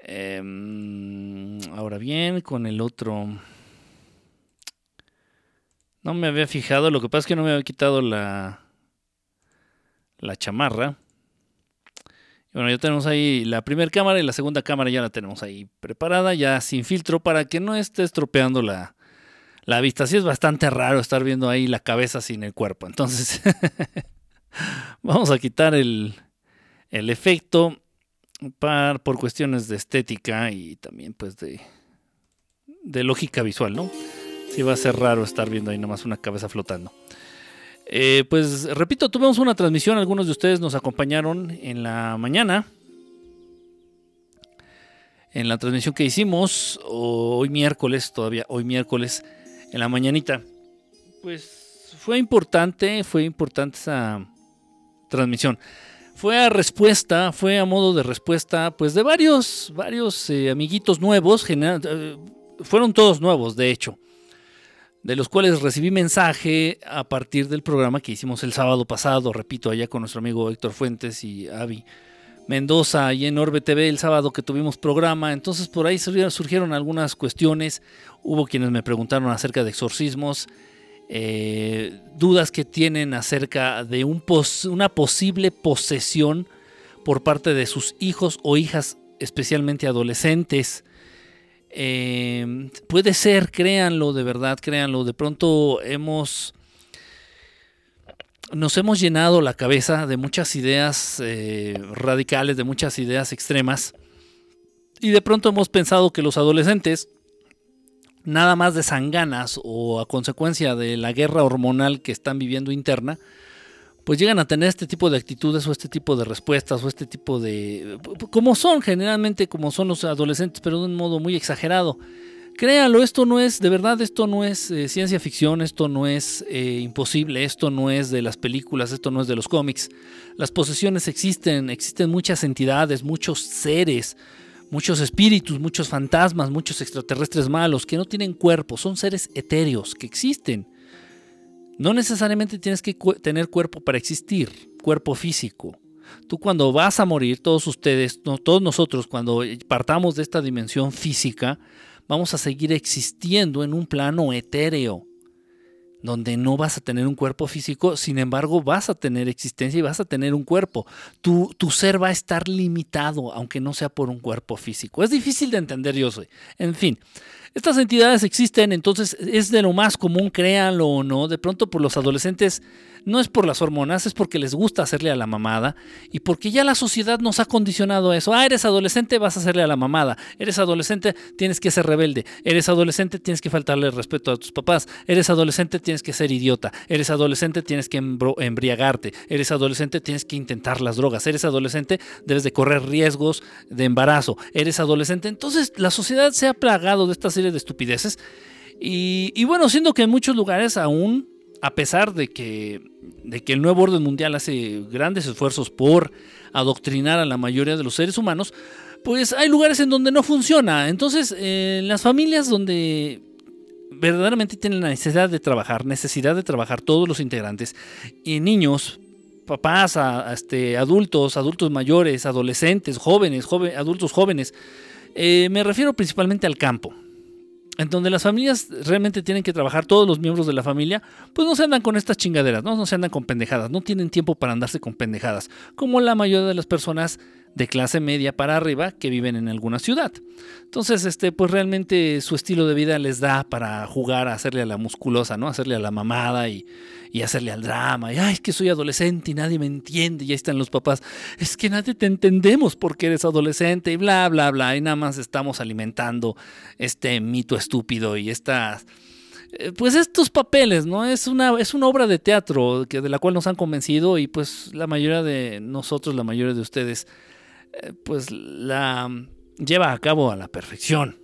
Ahora bien, con el otro no me había fijado, lo que pasa es que no me había quitado la chamarra. Bueno, ya tenemos ahí la primera cámara y la segunda cámara ya la tenemos ahí preparada, ya sin filtro para que no esté estropeando la vista. Sí es bastante raro estar viendo ahí la cabeza sin el cuerpo. Entonces, vamos a quitar el efecto por cuestiones de estética y también pues de lógica visual, ¿no? Sí va a ser raro estar viendo ahí nomás una cabeza flotando. Pues repito, tuvimos una transmisión, algunos de ustedes nos acompañaron en la mañana, en la transmisión que hicimos hoy miércoles, en la mañanita. Pues fue importante esa transmisión. Fue a modo de respuesta, pues de varios amiguitos nuevos, fueron todos nuevos de hecho, de los cuales recibí mensaje a partir del programa que hicimos el sábado pasado, repito, allá con nuestro amigo Héctor Fuentes y Avi Mendoza, y en Orbe TV el sábado que tuvimos programa. Entonces por ahí surgieron algunas cuestiones, hubo quienes me preguntaron acerca de exorcismos, dudas que tienen acerca de una posible posesión por parte de sus hijos o hijas, especialmente adolescentes. Puede ser, créanlo, de verdad, créanlo. De pronto nos hemos llenado la cabeza de muchas ideas radicales, de muchas ideas extremas, y de pronto hemos pensado que los adolescentes, nada más de sanganas o a consecuencia de la guerra hormonal que están viviendo interna, pues llegan a tener este tipo de actitudes o este tipo de respuestas o este tipo de... generalmente como son los adolescentes, pero de un modo muy exagerado. Créanlo, esto no es ciencia ficción, esto no es imposible, esto no es de las películas, esto no es de los cómics. Las posesiones existen muchas entidades, muchos seres, muchos espíritus, muchos fantasmas, muchos extraterrestres malos que no tienen cuerpo, son seres etéreos que existen. No necesariamente tienes que tener cuerpo para existir, cuerpo físico. Tú cuando vas a morir, todos nosotros, cuando partamos de esta dimensión física, vamos a seguir existiendo en un plano etéreo, donde no vas a tener un cuerpo físico, sin embargo vas a tener existencia y vas a tener un cuerpo. Tu ser va a estar limitado, aunque no sea por un cuerpo físico. Es difícil de entender, yo soy. En fin. Estas entidades existen, entonces es de lo más común, créanlo o no. De pronto por los adolescentes no es por las hormonas, es porque les gusta hacerle a la mamada y porque ya la sociedad nos ha condicionado a eso. Eres adolescente, vas a hacerle a la mamada. Eres adolescente, tienes que ser rebelde. Eres adolescente, tienes que faltarle el respeto a tus papás. Eres adolescente, tienes que ser idiota. Eres adolescente, tienes que embriagarte. Eres adolescente, tienes que intentar las drogas. Eres adolescente, debes de correr riesgos de embarazo. Eres adolescente. Entonces la sociedad se ha plagado de esta serie de estupideces y bueno, siendo que en muchos lugares aún, a pesar de que el nuevo orden mundial hace grandes esfuerzos por adoctrinar a la mayoría de los seres humanos, pues hay lugares en donde no funciona. Entonces en las familias donde verdaderamente tienen la necesidad de trabajar todos los integrantes, y niños, papás, adultos mayores, adolescentes, adultos jóvenes, me refiero principalmente al campo, en donde las familias realmente tienen que trabajar, todos los miembros de la familia, pues no se andan con estas chingaderas, no se andan con pendejadas, no tienen tiempo para andarse con pendejadas, como la mayoría de las personas de clase media para arriba que viven en alguna ciudad. Entonces, pues realmente su estilo de vida les da para jugar a hacerle a la musculosa, ¿no? Hacerle a la mamada y hacerle al drama. Y, es que soy adolescente y nadie me entiende. Y ahí están los papás. Es que nadie te entendemos porque eres adolescente y bla, bla, bla. Y nada más estamos alimentando este mito estúpido y pues estos papeles, ¿no? Es una obra de teatro de la cual nos han convencido y pues la mayoría de nosotros, la mayoría de ustedes, pues la lleva a cabo a la perfección.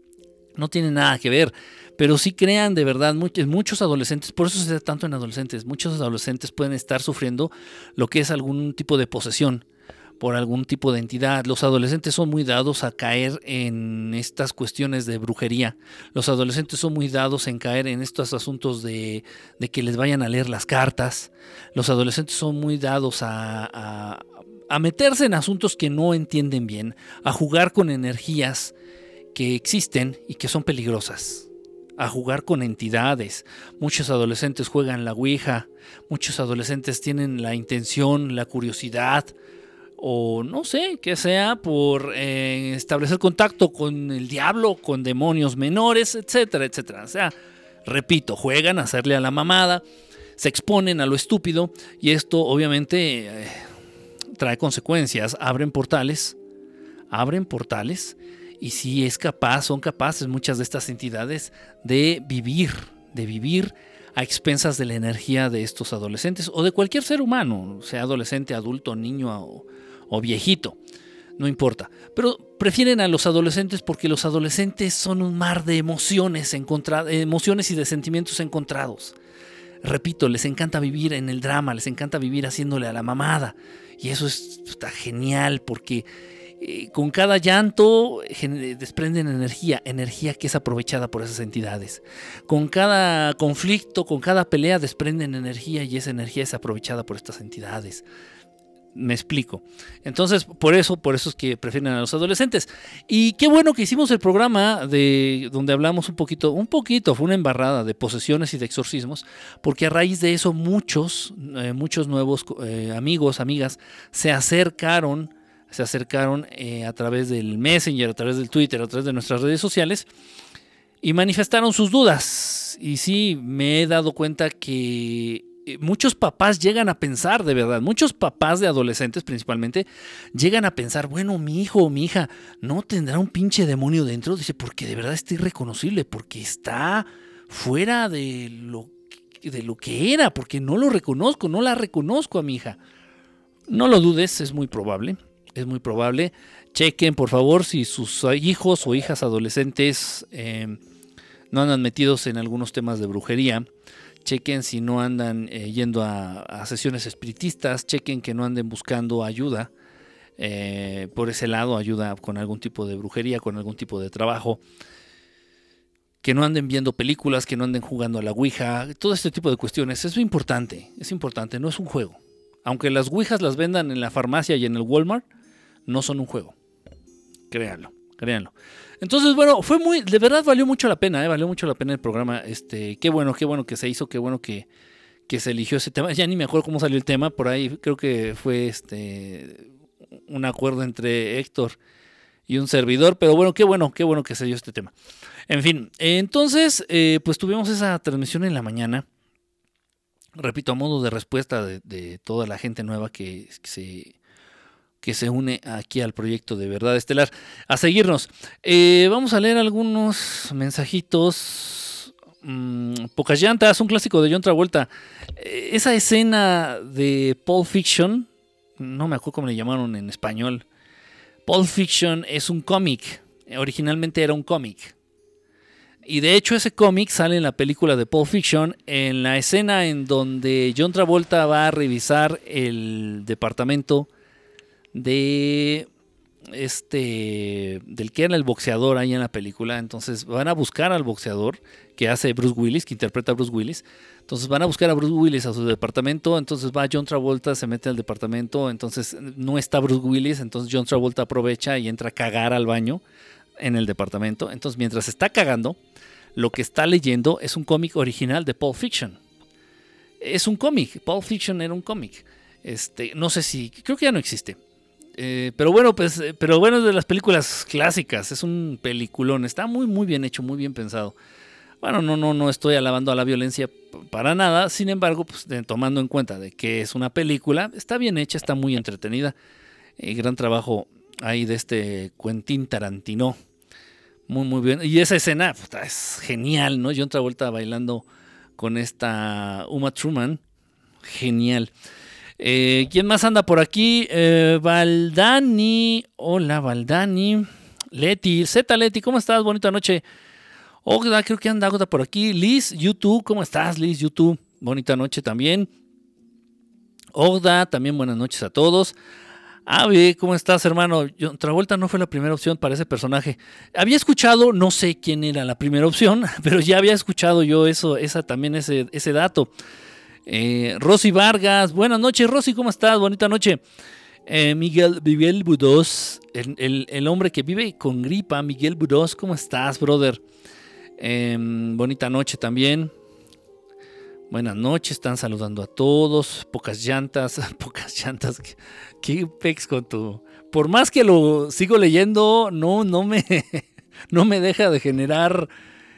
No tiene nada que ver, pero sí crean de verdad muchos adolescentes, por eso se da tanto en adolescentes, muchos adolescentes pueden estar sufriendo lo que es algún tipo de posesión por algún tipo de entidad. Los adolescentes son muy dados a caer en estas cuestiones de brujería. Los adolescentes son muy dados en caer en estos asuntos de que les vayan a leer las cartas. Los adolescentes son muy dados a a meterse en asuntos que no entienden bien, a jugar con energías que existen y que son peligrosas, a jugar con entidades. Muchos adolescentes juegan la Ouija, muchos adolescentes tienen la intención, la curiosidad, o no sé, que sea por establecer contacto con el diablo, con demonios menores, etcétera, etcétera. O sea, repito, juegan a hacerle a la mamada, se exponen a lo estúpido y esto obviamente trae consecuencias, abren portales y si son capaces muchas de estas entidades de vivir a expensas de la energía de estos adolescentes o de cualquier ser humano, sea adolescente, adulto, niño o viejito, no importa. Pero prefieren a los adolescentes porque los adolescentes son un mar de emociones y de sentimientos encontrados. Repito, les encanta vivir en el drama, les encanta vivir haciéndole a la mamada. Y eso está genial porque con cada llanto desprenden energía que es aprovechada por esas entidades. Con cada conflicto, con cada pelea desprenden energía y esa energía es aprovechada por estas entidades. Me explico. Entonces, por eso es que prefieren a los adolescentes. Y qué bueno que hicimos el programa donde hablamos un poquito, fue una embarrada de posesiones y de exorcismos, porque a raíz de eso muchos nuevos amigos, amigas, se acercaron a través del Messenger, a través del Twitter, a través de nuestras redes sociales y manifestaron sus dudas. Y sí, me he dado cuenta que muchos papás llegan a pensar, de verdad, muchos papás de adolescentes principalmente, llegan a pensar, bueno, mi hijo o mi hija no tendrá un pinche demonio dentro, dice, porque de verdad está irreconocible, porque está fuera de lo que era, porque no lo reconozco, no la reconozco a mi hija. No lo dudes, es muy probable. Chequen, por favor, si sus hijos o hijas adolescentes no andan metidos en algunos temas de brujería. Chequen si no andan yendo a sesiones espiritistas, chequen que no anden buscando ayuda por ese lado, ayuda con algún tipo de brujería, con algún tipo de trabajo, que no anden viendo películas, que no anden jugando a la Ouija, todo este tipo de cuestiones. Es importante, no es un juego. Aunque las Ouijas las vendan en la farmacia y en el Walmart, no son un juego. Créanlo. Entonces, bueno, de verdad valió mucho la pena, el programa. Qué bueno que se hizo, qué bueno que se eligió ese tema. Ya ni me acuerdo cómo salió el tema, por ahí creo que fue un acuerdo entre Héctor y un servidor, pero bueno, qué bueno que se dio este tema. En fin, entonces, pues tuvimos esa transmisión en la mañana. Repito, a modo de respuesta de toda la gente nueva que se une aquí al proyecto de Verdad Estelar, a seguirnos. Vamos a leer algunos mensajitos. Pocas llantas, un clásico de John Travolta. Esa escena de Pulp Fiction, no me acuerdo cómo le llamaron en español. Pulp Fiction es un cómic, originalmente era un cómic. Y de hecho ese cómic sale en la película de Pulp Fiction, en la escena en donde John Travolta va a revisar el departamento del que era el boxeador ahí en la película. Entonces van a buscar al boxeador que hace Bruce Willis, que interpreta a Bruce Willis. Entonces van a buscar a Bruce Willis a su departamento. Entonces va John Travolta, se mete al departamento. Entonces no está Bruce Willis. Entonces John Travolta aprovecha y entra a cagar al baño en el departamento. Entonces mientras está cagando, lo que está leyendo es un cómic original de Pulp Fiction. Es un cómic. Pulp Fiction era un cómic. No sé si, creo que ya no existe. Pero bueno, es de las películas clásicas. Es un peliculón. Está muy, muy bien hecho, muy bien pensado. Bueno, no estoy alabando a la violencia para nada. Sin embargo, pues, tomando en cuenta de que es una película, está bien hecha, está muy entretenida. Gran trabajo ahí de Quentin Tarantino. Muy, muy bien. Y esa escena es genial, ¿no? John Travolta bailando con esta Uma Thurman. Genial. ¿Quién más anda por aquí? Valdani. Hola, Valdani. Leti. Leti, ¿cómo estás? Bonita noche. Ogda, creo que anda Ogda por aquí. Liz, YouTube. ¿Cómo estás, Liz, YouTube? Bonita noche también. Ogda, también buenas noches a todos. Ave, ¿cómo estás, hermano? Travolta no fue la primera opción para ese personaje. Había escuchado, no sé quién era la primera opción, pero ya había escuchado yo ese dato. Rosy Vargas, buenas noches, Rosy, ¿cómo estás? Bonita noche. Miguel Budós, el hombre que vive con gripa. Miguel Budós, ¿cómo estás, brother? Bonita noche también. Buenas noches, están saludando a todos. Pocas llantas. ¿Qué pex con tu...? Por más que lo sigo leyendo, no me deja de generar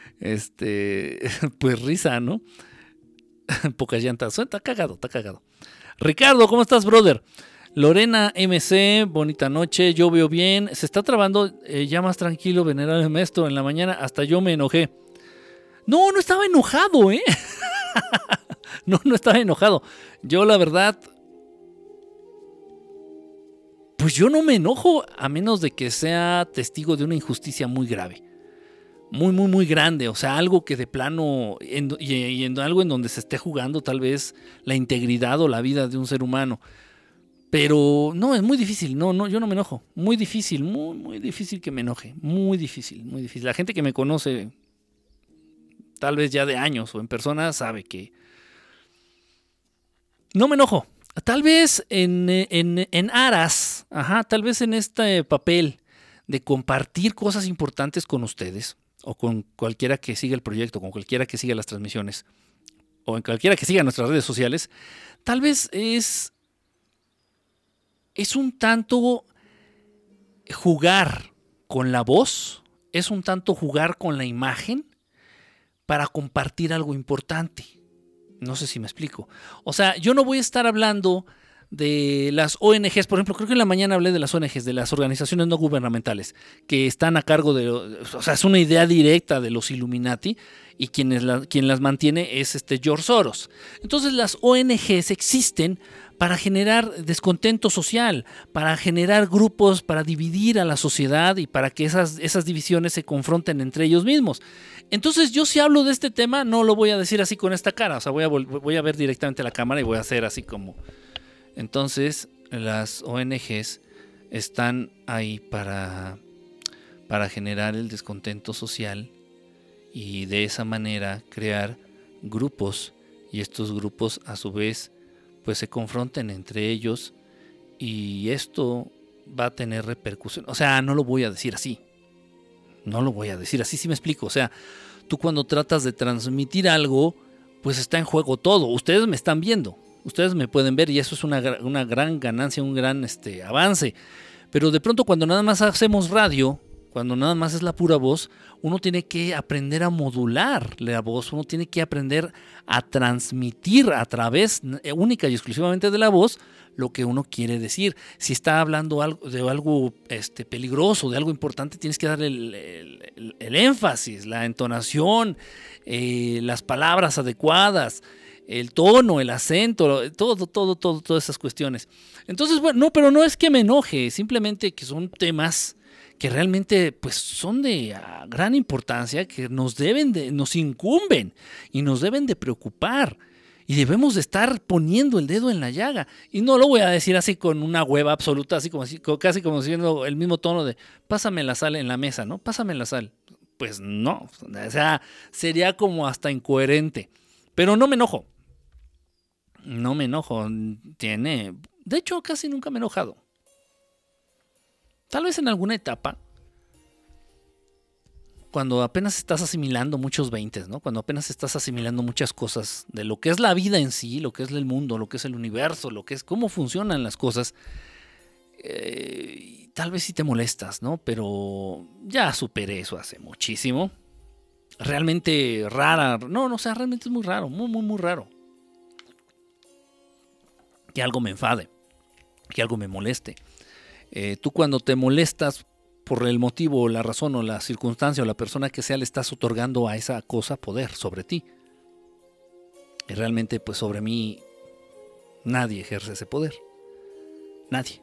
pues risa, ¿no? Pocas llantas. Está cagado. Ricardo, ¿cómo estás, brother? Lorena MC, bonita noche, yo veo bien. Se está trabando ya más tranquilo, venerable maestro. En la mañana hasta yo me enojé. No estaba enojado, ¿eh? No estaba enojado. Yo, la verdad, pues yo no me enojo a menos de que sea testigo de una injusticia muy grave. Muy grande. O sea, algo que de plano, y en algo en donde se esté jugando tal vez la integridad o la vida de un ser humano. Pero no, es muy difícil. No, yo no me enojo. Muy difícil, muy difícil que me enoje. Muy difícil. La gente que me conoce, tal vez ya de años o en persona, sabe que no me enojo. Tal vez en aras, tal vez en este papel de compartir cosas importantes con ustedes o con cualquiera que siga el proyecto, con cualquiera que siga las transmisiones o en cualquiera que siga nuestras redes sociales, tal vez es un tanto jugar con la voz, es un tanto jugar con la imagen para compartir algo importante. No sé si me explico. O sea, yo no voy a estar hablando de las ONGs, por ejemplo, creo que en la mañana hablé de las ONGs, de las organizaciones no gubernamentales, que están a cargo de, o sea, es una idea directa de los Illuminati y quien las mantiene es George Soros. Entonces las ONGs existen para generar descontento social, para generar grupos, para dividir a la sociedad y para que esas divisiones se confronten entre ellos mismos. Entonces yo si hablo de este tema no lo voy a decir así con esta cara, o sea, voy a ver directamente la cámara y voy a hacer así como... Entonces las ONGs están ahí para generar el descontento social y de esa manera crear grupos y estos grupos a su vez pues se confronten entre ellos y esto va a tener repercusión. O sea, no lo voy a decir así. ¿Sí me explico? O sea, tú cuando tratas de transmitir algo, pues está en juego todo. Ustedes me están viendo, ustedes me pueden ver y eso es una gran ganancia, un gran avance. Pero de pronto cuando nada más hacemos radio, cuando nada más es la pura voz, uno tiene que aprender a modular la voz, uno tiene que aprender a transmitir a través única y exclusivamente de la voz lo que uno quiere decir. Si está hablando de algo peligroso, de algo importante, tienes que darle el énfasis, la entonación, las palabras adecuadas, el tono, el acento, todas esas cuestiones. Entonces, bueno, no, pero no es que me enoje, simplemente que son temas que realmente pues son de gran importancia, que nos incumben y nos deben de preocupar y debemos de estar poniendo el dedo en la llaga. Y no lo voy a decir así con una hueva absoluta, casi como siendo el mismo tono de pásame la sal en la mesa, ¿no? Pásame la sal. Pues no, o sea, sería como hasta incoherente. Pero no me enojo. De hecho, casi nunca me he enojado. Tal vez en alguna etapa, cuando apenas estás asimilando muchos veintes, ¿no? Cuando apenas estás asimilando muchas cosas de lo que es la vida en sí, lo que es el mundo, lo que es el universo, lo que es cómo funcionan las cosas, tal vez sí te molestas, ¿no? Pero ya superé eso hace muchísimo. Realmente rara, o sea, realmente es muy raro, muy raro. Que algo me enfade, que algo me moleste. Tú cuando te molestas por el motivo, la razón o la circunstancia o la persona que sea, le estás otorgando a esa cosa poder sobre ti. Y realmente pues sobre mí nadie ejerce ese poder. Nadie.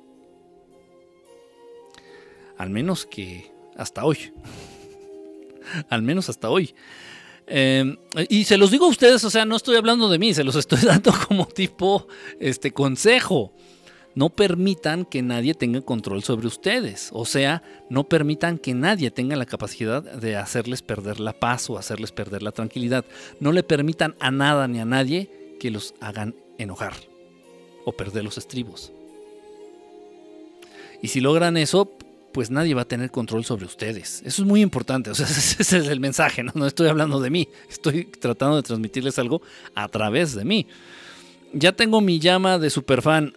Al menos que hasta hoy. Al menos hasta hoy. Y se los digo a ustedes, o sea, no estoy hablando de mí, se los estoy dando como tipo consejo. No permitan que nadie tenga control sobre ustedes. O sea, no permitan que nadie tenga la capacidad de hacerles perder la paz o hacerles perder la tranquilidad. No le permitan a nada ni a nadie que los hagan enojar o perder los estribos. Y si logran eso, pues nadie va a tener control sobre ustedes. Eso es muy importante. O sea, ese es el mensaje, ¿no? No estoy hablando de mí. Estoy tratando de transmitirles algo a través de mí. Ya tengo mi llama de superfan.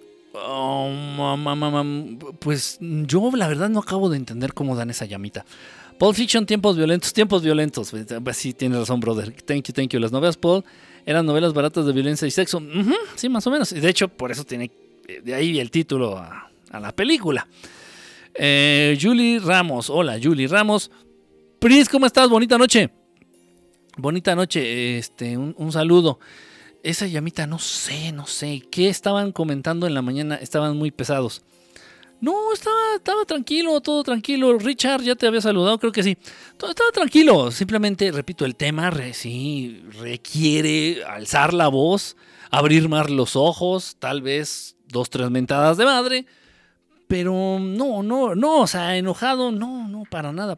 Pues yo la verdad no acabo de entender cómo dan esa llamita. Pulp Fiction, tiempos violentos. Sí, tienes razón, brother. Thank you. Las novelas Paul eran novelas baratas de violencia y sexo. Sí, más o menos. Y de hecho, por eso tiene de ahí el título a la película. Julie Ramos. Hola, Julie Ramos. Pris, ¿cómo estás? Bonita noche. Bonita noche. Un saludo. Esa llamita, no sé. ¿Qué estaban comentando en la mañana? Estaban muy pesados. No, estaba tranquilo, todo tranquilo. Richard, ya te había saludado, creo que sí. Todo estaba tranquilo. Simplemente, repito, el tema sí requiere alzar la voz, abrir más los ojos, tal vez 2-3 mentadas de madre. Pero no, o sea, enojado, no, para nada.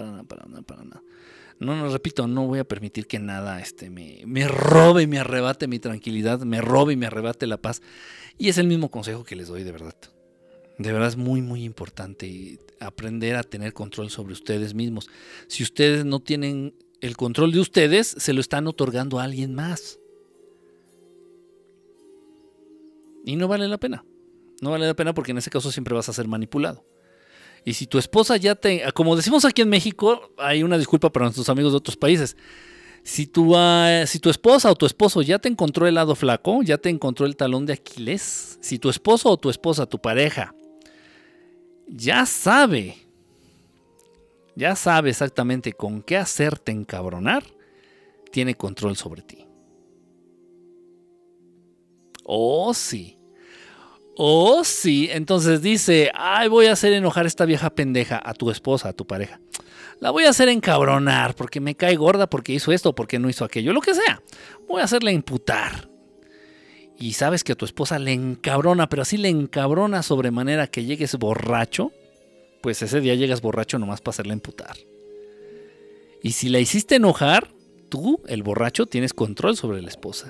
No, repito, no voy a permitir que nada me robe y me arrebate mi tranquilidad, me robe y me arrebate la paz. Y es el mismo consejo que les doy, de verdad. De verdad es muy, muy importante aprender a tener control sobre ustedes mismos. Si ustedes no tienen el control de ustedes, se lo están otorgando a alguien más. Y no vale la pena. No vale la pena porque en ese caso siempre vas a ser manipulado. Y si tu esposa ya como decimos aquí en México, hay una disculpa para nuestros amigos de otros países. Si tu esposa o tu esposo ya te encontró el lado flaco, ya te encontró el talón de Aquiles, si tu esposo o tu esposa, tu pareja, ya sabe exactamente con qué hacerte encabronar, tiene control sobre ti. Oh, sí. Entonces dice, voy a hacer enojar a esta vieja pendeja, a tu esposa, a tu pareja. La voy a hacer encabronar porque me cae gorda, porque hizo esto, porque no hizo aquello, lo que sea. Voy a hacerla imputar. Y sabes que a tu esposa le encabrona, pero así le encabrona sobremanera que llegues borracho, pues ese día llegas borracho nomás para hacerla imputar. Y si la hiciste enojar, tú, el borracho, tienes control sobre la esposa.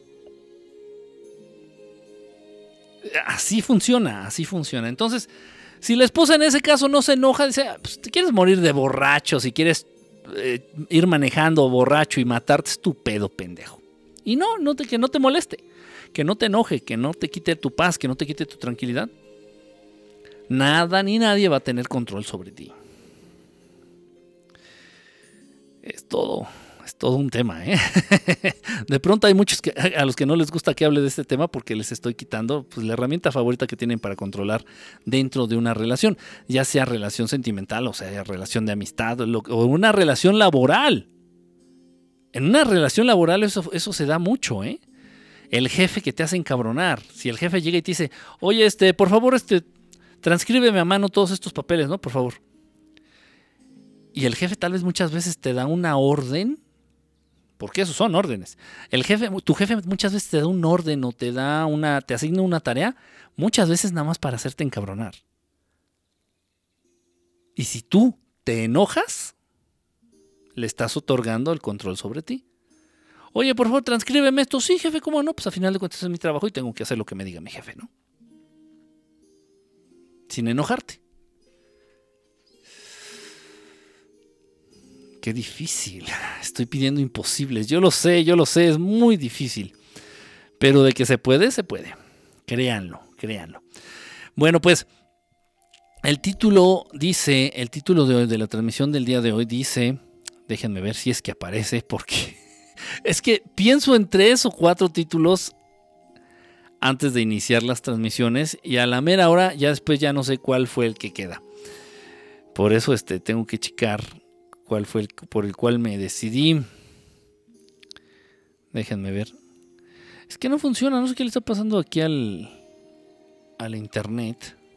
Así funciona. Entonces, si la esposa en ese caso no se enoja, dice, pues te quieres morir de borracho, si quieres ir manejando borracho y matarte, es tu pedo, pendejo. Y que no te moleste, que no te enoje, que no te quite tu paz, que no te quite tu tranquilidad. Nada ni nadie va a tener control sobre ti. Es todo un tema, ¿eh? De pronto hay muchos a los que no les gusta que hable de este tema porque les estoy quitando pues, la herramienta favorita que tienen para controlar dentro de una relación, ya sea relación sentimental, o sea, relación de amistad o una relación laboral. En una relación laboral eso se da mucho, ¿eh? El jefe que te hace encabronar. Si el jefe llega y te dice, oye, por favor, transcríbeme a mano todos estos papeles, ¿no? Por favor. Y el jefe tal vez muchas veces te da una orden, porque esos son órdenes. Tu jefe muchas veces te da un orden o te asigna una tarea, muchas veces nada más para hacerte encabronar. Y si tú te enojas, le estás otorgando el control sobre ti. Oye, por favor, transcríbeme esto. Sí, jefe, ¿cómo no? Pues a final de cuentas es mi trabajo y tengo que hacer lo que me diga mi jefe, ¿no? Sin enojarte. Qué difícil. Estoy pidiendo imposibles. Yo lo sé, es muy difícil. Pero de que se puede, se puede. Créanlo. Bueno, pues el título de la transmisión del día de hoy dice, déjenme ver si es que aparece, porque es que pienso en 3 o 4 títulos antes de iniciar las transmisiones y a la mera hora ya después ya no sé cuál fue el que queda. Por eso tengo que checar cuál fue por el cual me decidí. Déjenme ver. Es que no funciona, no sé qué le está pasando aquí al internet.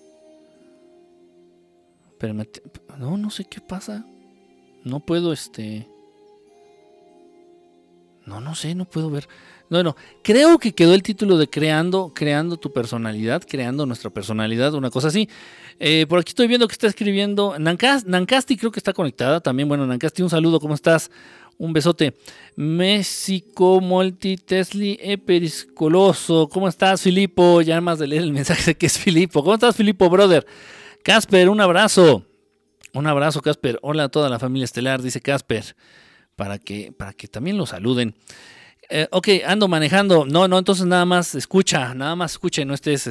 Pero no sé qué pasa. No puedo No sé, no puedo ver. Bueno, creo que quedó el título de creando tu personalidad, creando nuestra personalidad, una cosa así. Por aquí estoy viendo que está escribiendo Nancasti, creo que está conectada también. Bueno, Nancasti, un saludo, ¿cómo estás? Un besote. México Multitesli Eperiscoloso. ¿Cómo estás, Filipo? Ya más de leer el mensaje de que es Filipo. ¿Cómo estás, Filipo, brother? Casper, un abrazo. Un abrazo, Casper. Hola a toda la familia estelar, dice Casper. Para que también lo saluden. Ok, ando manejando. No, entonces nada más escucha y no estés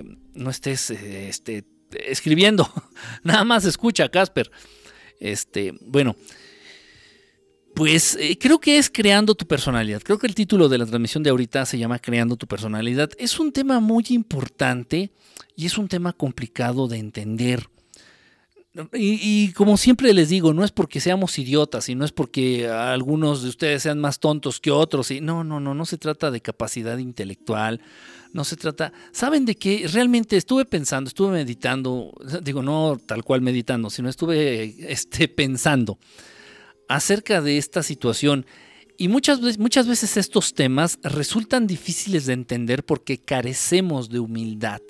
escribiendo. Nada más escucha, Casper. Bueno. Pues creo que es creando tu personalidad. Creo que el título de la transmisión de ahorita se llama Creando tu personalidad. Es un tema muy importante y es un tema complicado de entender. Y como siempre les digo, no es porque seamos idiotas y no es porque algunos de ustedes sean más tontos que otros. Y no se trata de capacidad intelectual. No se trata... ¿Saben de qué? Realmente estuve meditando, digo, no tal cual meditando, sino estuve pensando acerca de esta situación, y muchas veces estos temas resultan difíciles de entender porque carecemos de humildad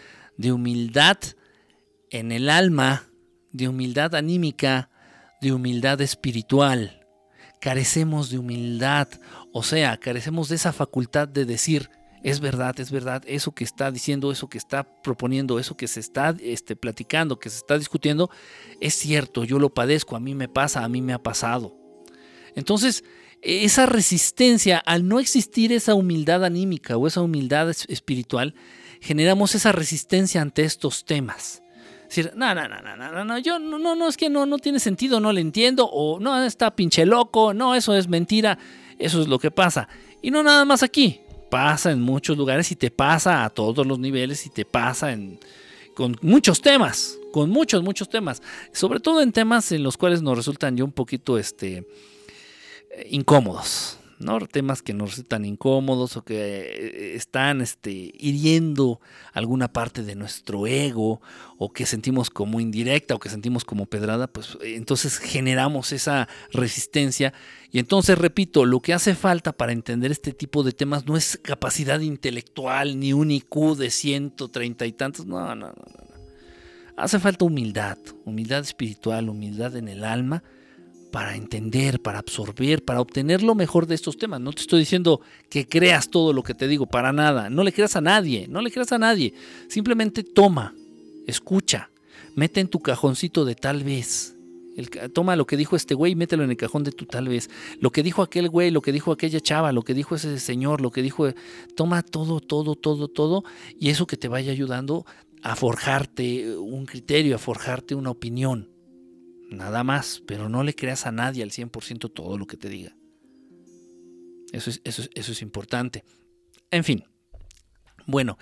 en el alma, de humildad anímica, de humildad espiritual. Carecemos de humildad, o sea, carecemos de esa facultad de decir, es verdad, eso que está diciendo, eso que está proponiendo, eso que se está platicando, que se está discutiendo, es cierto, yo lo padezco, a mí me pasa, a mí me ha pasado. Entonces, esa resistencia, al no existir esa humildad anímica o esa humildad espiritual, generamos esa resistencia ante estos temas. Es decir, es que no tiene sentido, no le entiendo, o no, está pinche loco, no, eso es mentira, eso es lo que pasa. Y no nada más aquí. Pasa en muchos lugares y te pasa a todos los niveles y te pasa con muchos temas, con muchos temas, sobre todo en temas en los cuales nos resultan ya un poquito incómodos, ¿no? Temas que nos resultan incómodos o que están hiriendo alguna parte de nuestro ego o que sentimos como indirecta o que sentimos como pedrada, pues entonces generamos esa resistencia. Y entonces, repito, lo que hace falta para entender este tipo de temas no es capacidad intelectual ni un IQ de 130 y tantos, no. Hace falta humildad espiritual, humildad en el alma, para entender, para absorber, para obtener lo mejor de estos temas. No te estoy diciendo que creas todo lo que te digo, para nada. No le creas a nadie. Simplemente toma, escucha, mete en tu cajoncito de tal vez. Toma lo que dijo este güey y mételo en el cajón de tu tal vez. Lo que dijo aquel güey, lo que dijo aquella chava, lo que dijo ese señor, lo que dijo... Toma todo y eso que te vaya ayudando a forjarte un criterio, a forjarte una opinión. Nada más, pero no le creas a nadie al 100% todo lo que te diga. Eso es importante. En fin, bueno,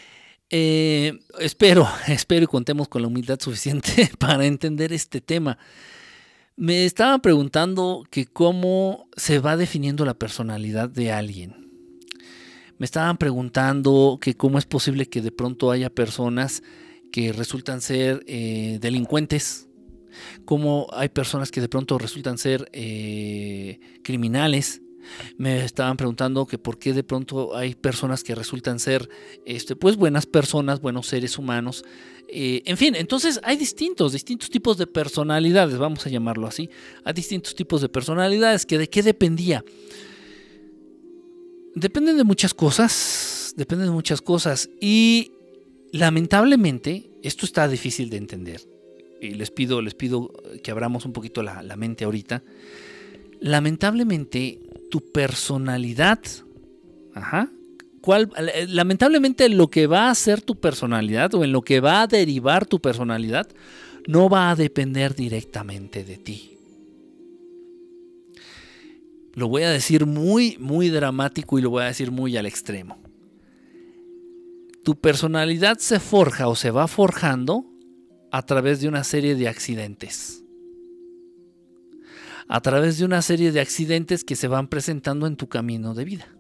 espero y contemos con la humildad suficiente para entender este tema. Me estaba preguntando que cómo se va definiendo la personalidad de alguien. Me estaban preguntando que cómo es posible que de pronto haya personas que resultan ser delincuentes. Cómo hay personas que de pronto resultan ser criminales. Me estaban preguntando que por qué de pronto hay personas que resultan ser pues buenas personas, buenos seres humanos. En fin, entonces hay distintos tipos de personalidades, vamos a llamarlo así. Hay distintos tipos de personalidades. ¿Que de qué dependía? Dependen de muchas cosas. Y lamentablemente esto está difícil de entender. Y les pido que abramos un poquito la mente ahorita. Lamentablemente, tu personalidad, lamentablemente lo que va a ser tu personalidad o en lo que va a derivar tu personalidad no va a depender directamente de ti. Lo voy a decir muy, muy dramático y lo voy a decir muy al extremo. Tu personalidad se forja o se va forjando a través de una serie de accidentes. A través de una serie de accidentes que se van presentando en tu camino de vida.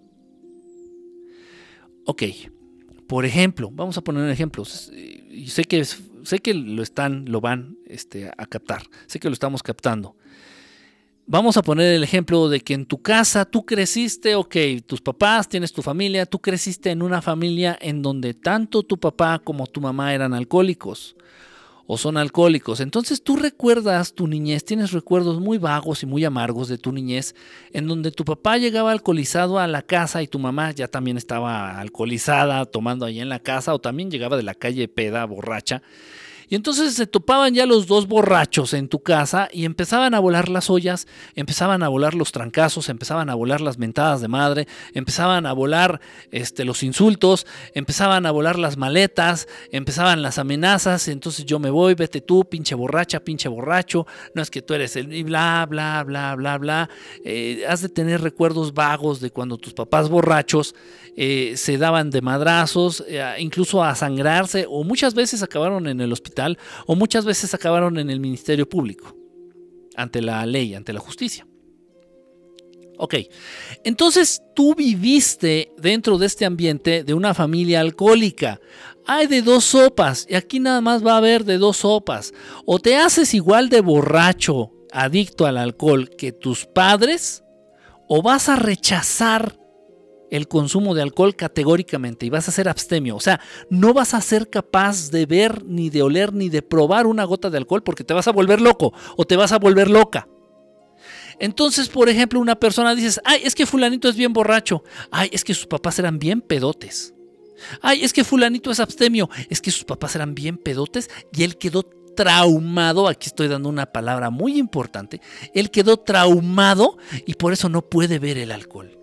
Ok, por ejemplo, vamos a poner un ejemplo. Sé que lo van a captar. Sé que lo estamos captando. Vamos a poner el ejemplo de que en tu casa tú creciste, ok, tus papás, tienes tu familia, tú creciste en una familia en donde tanto tu papá como tu mamá eran alcohólicos o son alcohólicos. Entonces tú recuerdas tu niñez, tienes recuerdos muy vagos y muy amargos de tu niñez, en donde tu papá llegaba alcoholizado a la casa y tu mamá ya también estaba alcoholizada, tomando ahí en la casa, o también llegaba de la calle peda, borracha. Y entonces se topaban ya los dos borrachos en tu casa y empezaban a volar las ollas, empezaban a volar los trancazos, empezaban a volar las mentadas de madre, empezaban a volar los insultos, empezaban a volar las maletas, empezaban las amenazas. Entonces yo me voy, vete tú, pinche borracha, pinche borracho, no es que tú eres el... y bla, bla, bla, bla, bla. Has de tener recuerdos vagos de cuando tus papás borrachos se daban de madrazos, incluso a sangrarse, o muchas veces acabaron en el hospital, o muchas veces acabaron en el Ministerio Público, ante la ley, ante la justicia. Ok, entonces tú viviste dentro de este ambiente de una familia alcohólica. Hay de dos sopas, y aquí nada más va a haber de dos sopas. O te haces igual de borracho, adicto al alcohol que tus padres, o vas a rechazar el consumo de alcohol categóricamente y vas a ser abstemio. O sea, no vas a ser capaz de ver, ni de oler, ni de probar una gota de alcohol porque te vas a volver loco o te vas a volver loca. Entonces, por ejemplo, una persona dices, ay, es que fulanito es bien borracho. Ay, es que sus papás eran bien pedotes. Ay, es que fulanito es abstemio. Es que sus papás eran bien pedotes y él quedó traumado. Aquí estoy dando una palabra muy importante. Él quedó traumado y por eso no puede ver el alcohol.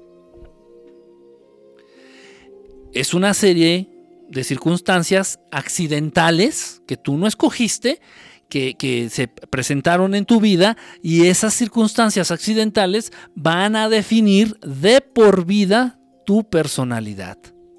Es una serie de circunstancias accidentales que tú no escogiste, que se presentaron en tu vida, y esas circunstancias accidentales van a definir de por vida tu personalidad.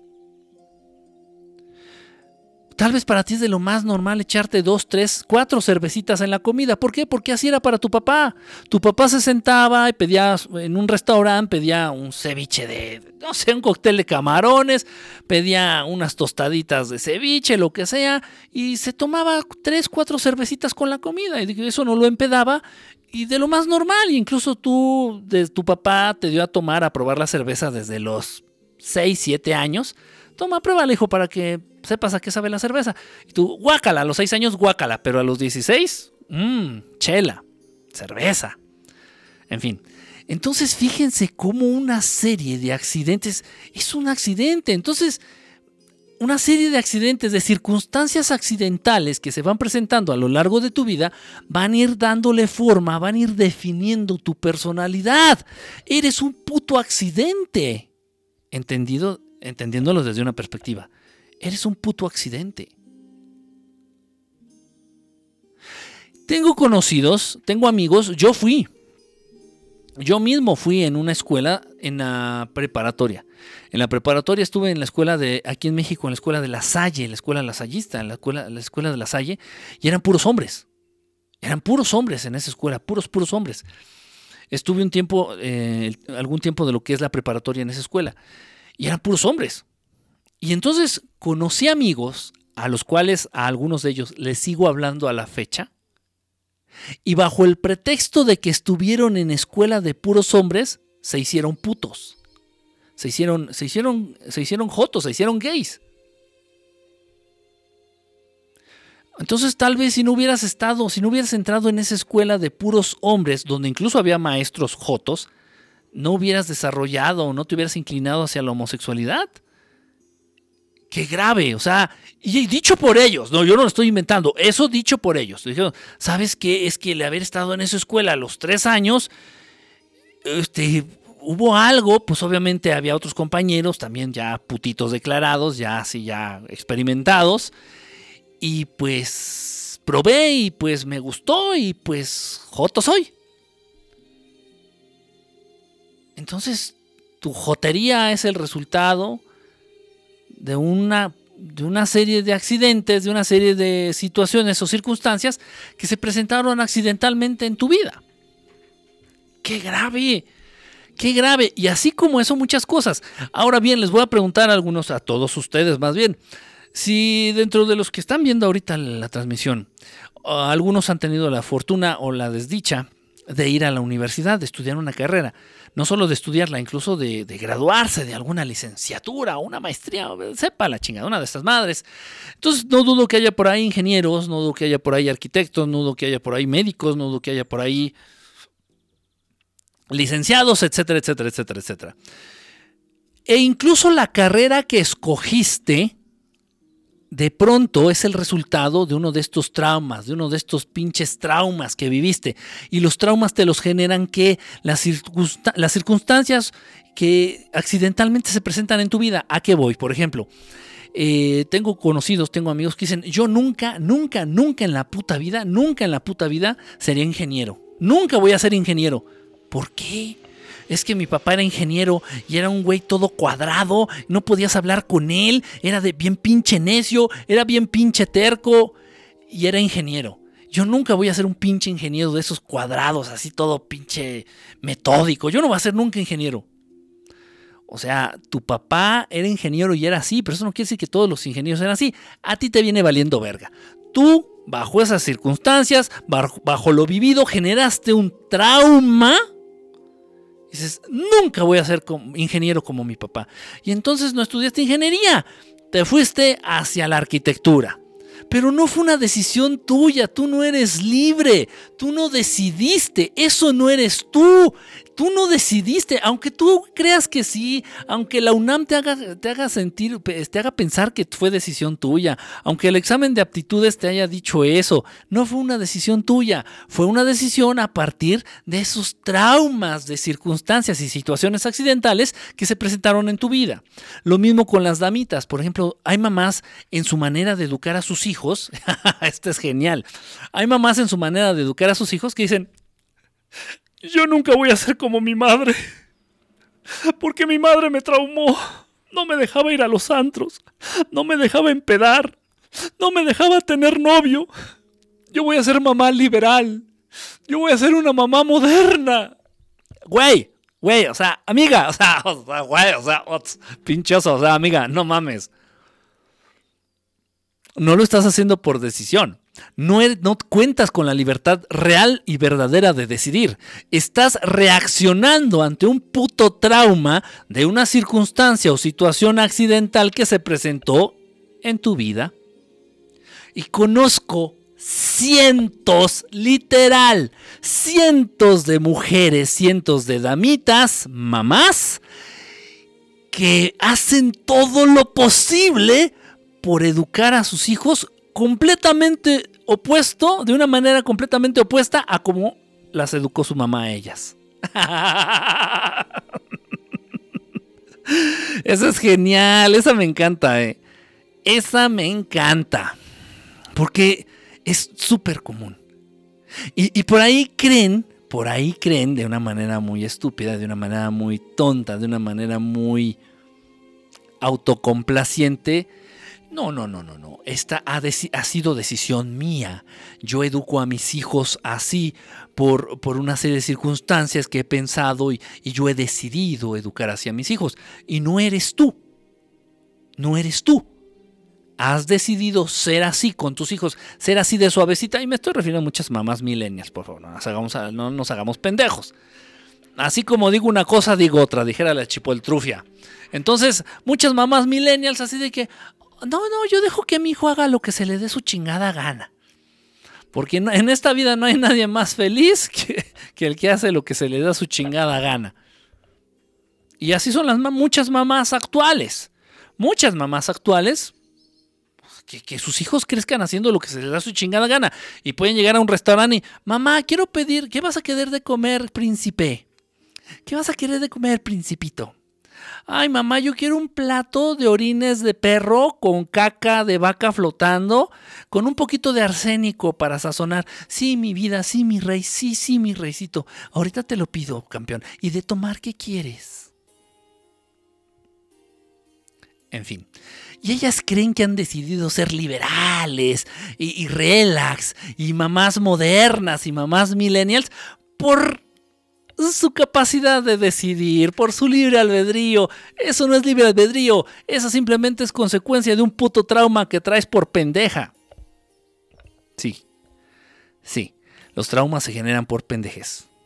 Tal vez para ti es de lo más normal echarte 2, 3, 4 cervecitas en la comida. ¿Por qué? Porque así era para tu papá. Tu papá se sentaba y pedía en un restaurante, pedía un ceviche de, no sé, un cóctel de camarones, pedía unas tostaditas de ceviche, lo que sea, y se tomaba 3, 4 cervecitas con la comida. Y eso no lo empedaba, y de lo más normal. Incluso tu papá te dio a tomar, a probar la cerveza desde los 6, 7 años. Toma, pruébala, hijo, para que sepas a qué sabe la cerveza. Y tú, guácala, a los 6 años, guácala, pero a los 16, chela, cerveza. En fin. Entonces, fíjense cómo una serie de accidentes es un accidente. Entonces, una serie de accidentes, de circunstancias accidentales que se van presentando a lo largo de tu vida, van a ir dándole forma, van a ir definiendo tu personalidad. Eres un puto accidente. Entendiéndolo desde una perspectiva. Eres un puto accidente. Tengo conocidos, tengo amigos, yo mismo fui en una escuela, en la preparatoria. En la preparatoria estuve en la escuela de, aquí en México, en la escuela de La Salle, la escuela lasallista, en la escuela de La Salle, y eran puros hombres. Eran puros hombres en esa escuela, puros hombres. Estuve un tiempo, algún tiempo de lo que es la preparatoria en esa escuela, y eran puros hombres. Y entonces conocí amigos a los cuales a algunos de ellos les sigo hablando a la fecha, y bajo el pretexto de que estuvieron en escuela de puros hombres, se hicieron putos. Se hicieron jotos, se hicieron gays. Entonces tal vez si no hubieras entrado en esa escuela de puros hombres, donde incluso había maestros jotos, no hubieras desarrollado o no te hubieras inclinado hacia la homosexualidad. Qué grave, o sea, y dicho por ellos, no, yo no lo estoy inventando, eso dicho por ellos. Dijeron, ¿sabes qué? Es que el haber estado en esa escuela a los 3 años, hubo algo, pues obviamente había otros compañeros, también ya putitos declarados, ya así, ya experimentados, y pues probé y pues me gustó y pues joto soy. Entonces, tu jotería es el resultado de una serie de accidentes, de una serie de situaciones o circunstancias que se presentaron accidentalmente en tu vida. ¡Qué grave! ¡Qué grave! Y así como eso, muchas cosas. Ahora bien, les voy a preguntar a todos ustedes más bien, si dentro de los que están viendo ahorita la transmisión, algunos han tenido la fortuna o la desdicha, de ir a la universidad, de estudiar una carrera. No solo de estudiarla, incluso de graduarse de alguna licenciatura o una maestría, sepa la chingada, una de estas madres. Entonces no dudo que haya por ahí ingenieros, no dudo que haya por ahí arquitectos, no dudo que haya por ahí médicos, no dudo que haya por ahí licenciados, etcétera, etcétera, etcétera, etcétera. E incluso la carrera que escogiste de pronto es el resultado de uno de estos traumas, de uno de estos pinches traumas que viviste. Y los traumas te los generan que las circunstancias que accidentalmente se presentan en tu vida. ¿A qué voy? Por ejemplo, tengo conocidos, tengo amigos que dicen, yo nunca en la puta vida sería ingeniero. Nunca voy a ser ingeniero. ¿Por qué? Es que mi papá era ingeniero y era un güey todo cuadrado, no podías hablar con él, era de bien pinche necio, era bien pinche terco y era ingeniero. Yo nunca voy a ser un pinche ingeniero de esos cuadrados, así todo pinche metódico. Yo no voy a ser nunca ingeniero. O sea, tu papá era ingeniero y era así, pero eso no quiere decir que todos los ingenieros eran así. A ti te viene valiendo verga. Tú, bajo esas circunstancias, bajo lo vivido, generaste un trauma. Dices, nunca voy a ser ingeniero como mi papá. Y entonces no estudiaste ingeniería, te fuiste hacia la arquitectura. Pero no fue una decisión tuya, tú no eres libre, tú no decidiste, eso no eres tú. Tú no decidiste, aunque tú creas que sí, aunque la UNAM te haga sentir, te haga pensar que fue decisión tuya, aunque el examen de aptitudes te haya dicho eso, no fue una decisión tuya, fue una decisión a partir de esos traumas de circunstancias y situaciones accidentales que se presentaron en tu vida. Lo mismo con las damitas, por ejemplo, hay mamás en su manera de educar a sus hijos, esto es genial, hay mamás en su manera de educar a sus hijos que dicen, yo nunca voy a ser como mi madre, porque mi madre me traumó, no me dejaba ir a los antros, no me dejaba empedar, no me dejaba tener novio. Yo voy a ser mamá liberal, yo voy a ser una mamá moderna. Güey, o sea, amiga, pinchoso, o sea, amiga, no mames. No lo estás haciendo por decisión. No cuentas con la libertad real y verdadera de decidir. Estás reaccionando ante un puto trauma de una circunstancia o situación accidental que se presentó en tu vida. Y conozco cientos, literal, cientos de mujeres, cientos de damitas, mamás, que hacen todo lo posible por educar a sus hijos completamente opuesto, de una manera completamente opuesta a como las educó su mamá a ellas. Esa es genial, esa me encanta, esa me encanta, porque es súper común. Y por ahí creen de una manera muy estúpida, de una manera muy tonta, de una manera muy autocomplaciente. No. Esta ha sido decisión mía. Yo educo a mis hijos así por una serie de circunstancias que he pensado y yo he decidido educar hacia mis hijos. Y no eres tú. No eres tú. Has decidido ser así con tus hijos, ser así de suavecita. Y me estoy refiriendo a muchas mamás millennials, por favor. No nos hagamos pendejos. Así como digo una cosa, digo otra, dijera la Chipoltrufia. Entonces, muchas mamás millennials así de que, no, yo dejo que mi hijo haga lo que se le dé su chingada gana. Porque en esta vida no hay nadie más feliz que el que hace lo que se le da su chingada gana. Y así son muchas mamás actuales. Muchas mamás actuales que sus hijos crezcan haciendo lo que se les da su chingada gana. Y pueden llegar a un restaurante y, mamá, quiero pedir, ¿qué vas a querer de comer, príncipe? ¿Qué vas a querer de comer, principito? Ay, mamá, yo quiero un plato de orines de perro con caca de vaca flotando, con un poquito de arsénico para sazonar. Sí, mi vida, sí, mi rey, sí, mi reycito. Ahorita te lo pido, campeón. ¿Y de tomar qué quieres? En fin. Y ellas creen que han decidido ser liberales y relax y mamás modernas y mamás millennials por su capacidad de decidir, por su libre albedrío. Eso no es libre albedrío, eso simplemente es consecuencia de un puto trauma que traes por pendeja. Sí, los traumas se generan por pendejes.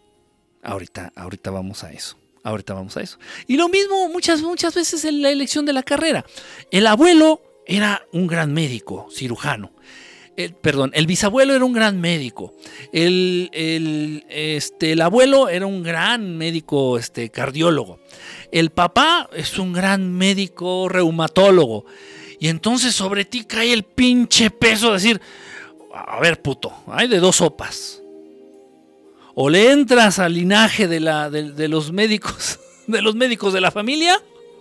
Ahorita vamos a eso. Ahorita vamos a eso. Y lo mismo muchas veces en la elección de la carrera. El abuelo era un gran médico, cirujano. El bisabuelo era un gran médico. El abuelo era un gran médico cardiólogo. El papá es un gran médico reumatólogo. Y entonces sobre ti cae el pinche peso de decir, a ver, puto, hay de dos sopas. O le entras al linaje de los médicos, de los médicos de la familia,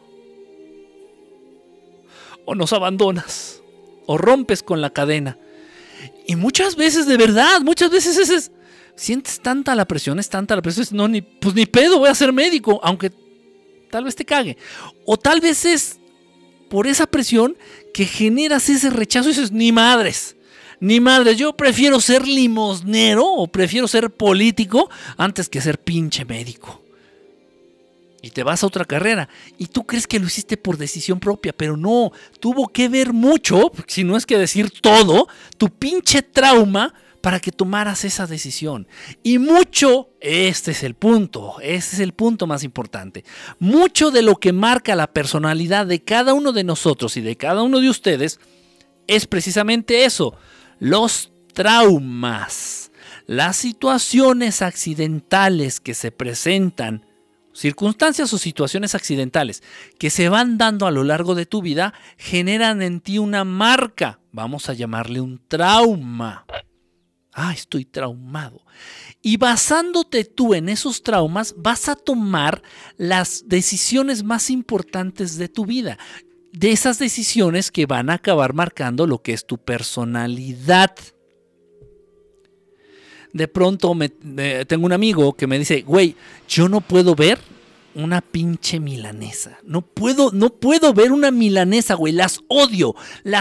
o nos abandonas, o rompes con la cadena. Y muchas veces, de verdad, sientes tanta la presión, no, ni pedo, voy a ser médico, aunque tal vez te cague. O tal vez es por esa presión que generas ese rechazo y dices, ni madres, yo prefiero ser limosnero o prefiero ser político antes que ser pinche médico. Y te vas a otra carrera. Y tú crees que lo hiciste por decisión propia, pero no. Tuvo que ver mucho, si no es que decir todo, tu pinche trauma para que tomaras esa decisión. Y mucho, este es el punto más importante. Mucho de lo que marca la personalidad de cada uno de nosotros y de cada uno de ustedes es precisamente eso. Los traumas. Las situaciones accidentales que se presentan, circunstancias o situaciones accidentales que se van dando a lo largo de tu vida, generan en ti una marca. Vamos a llamarle un trauma. Estoy traumado. Y basándote tú en esos traumas, vas a tomar las decisiones más importantes de tu vida. De esas decisiones que van a acabar marcando lo que es tu personalidad. De pronto tengo un amigo que me dice, güey, yo no puedo ver una pinche milanesa. No puedo ver una milanesa, güey. Las odio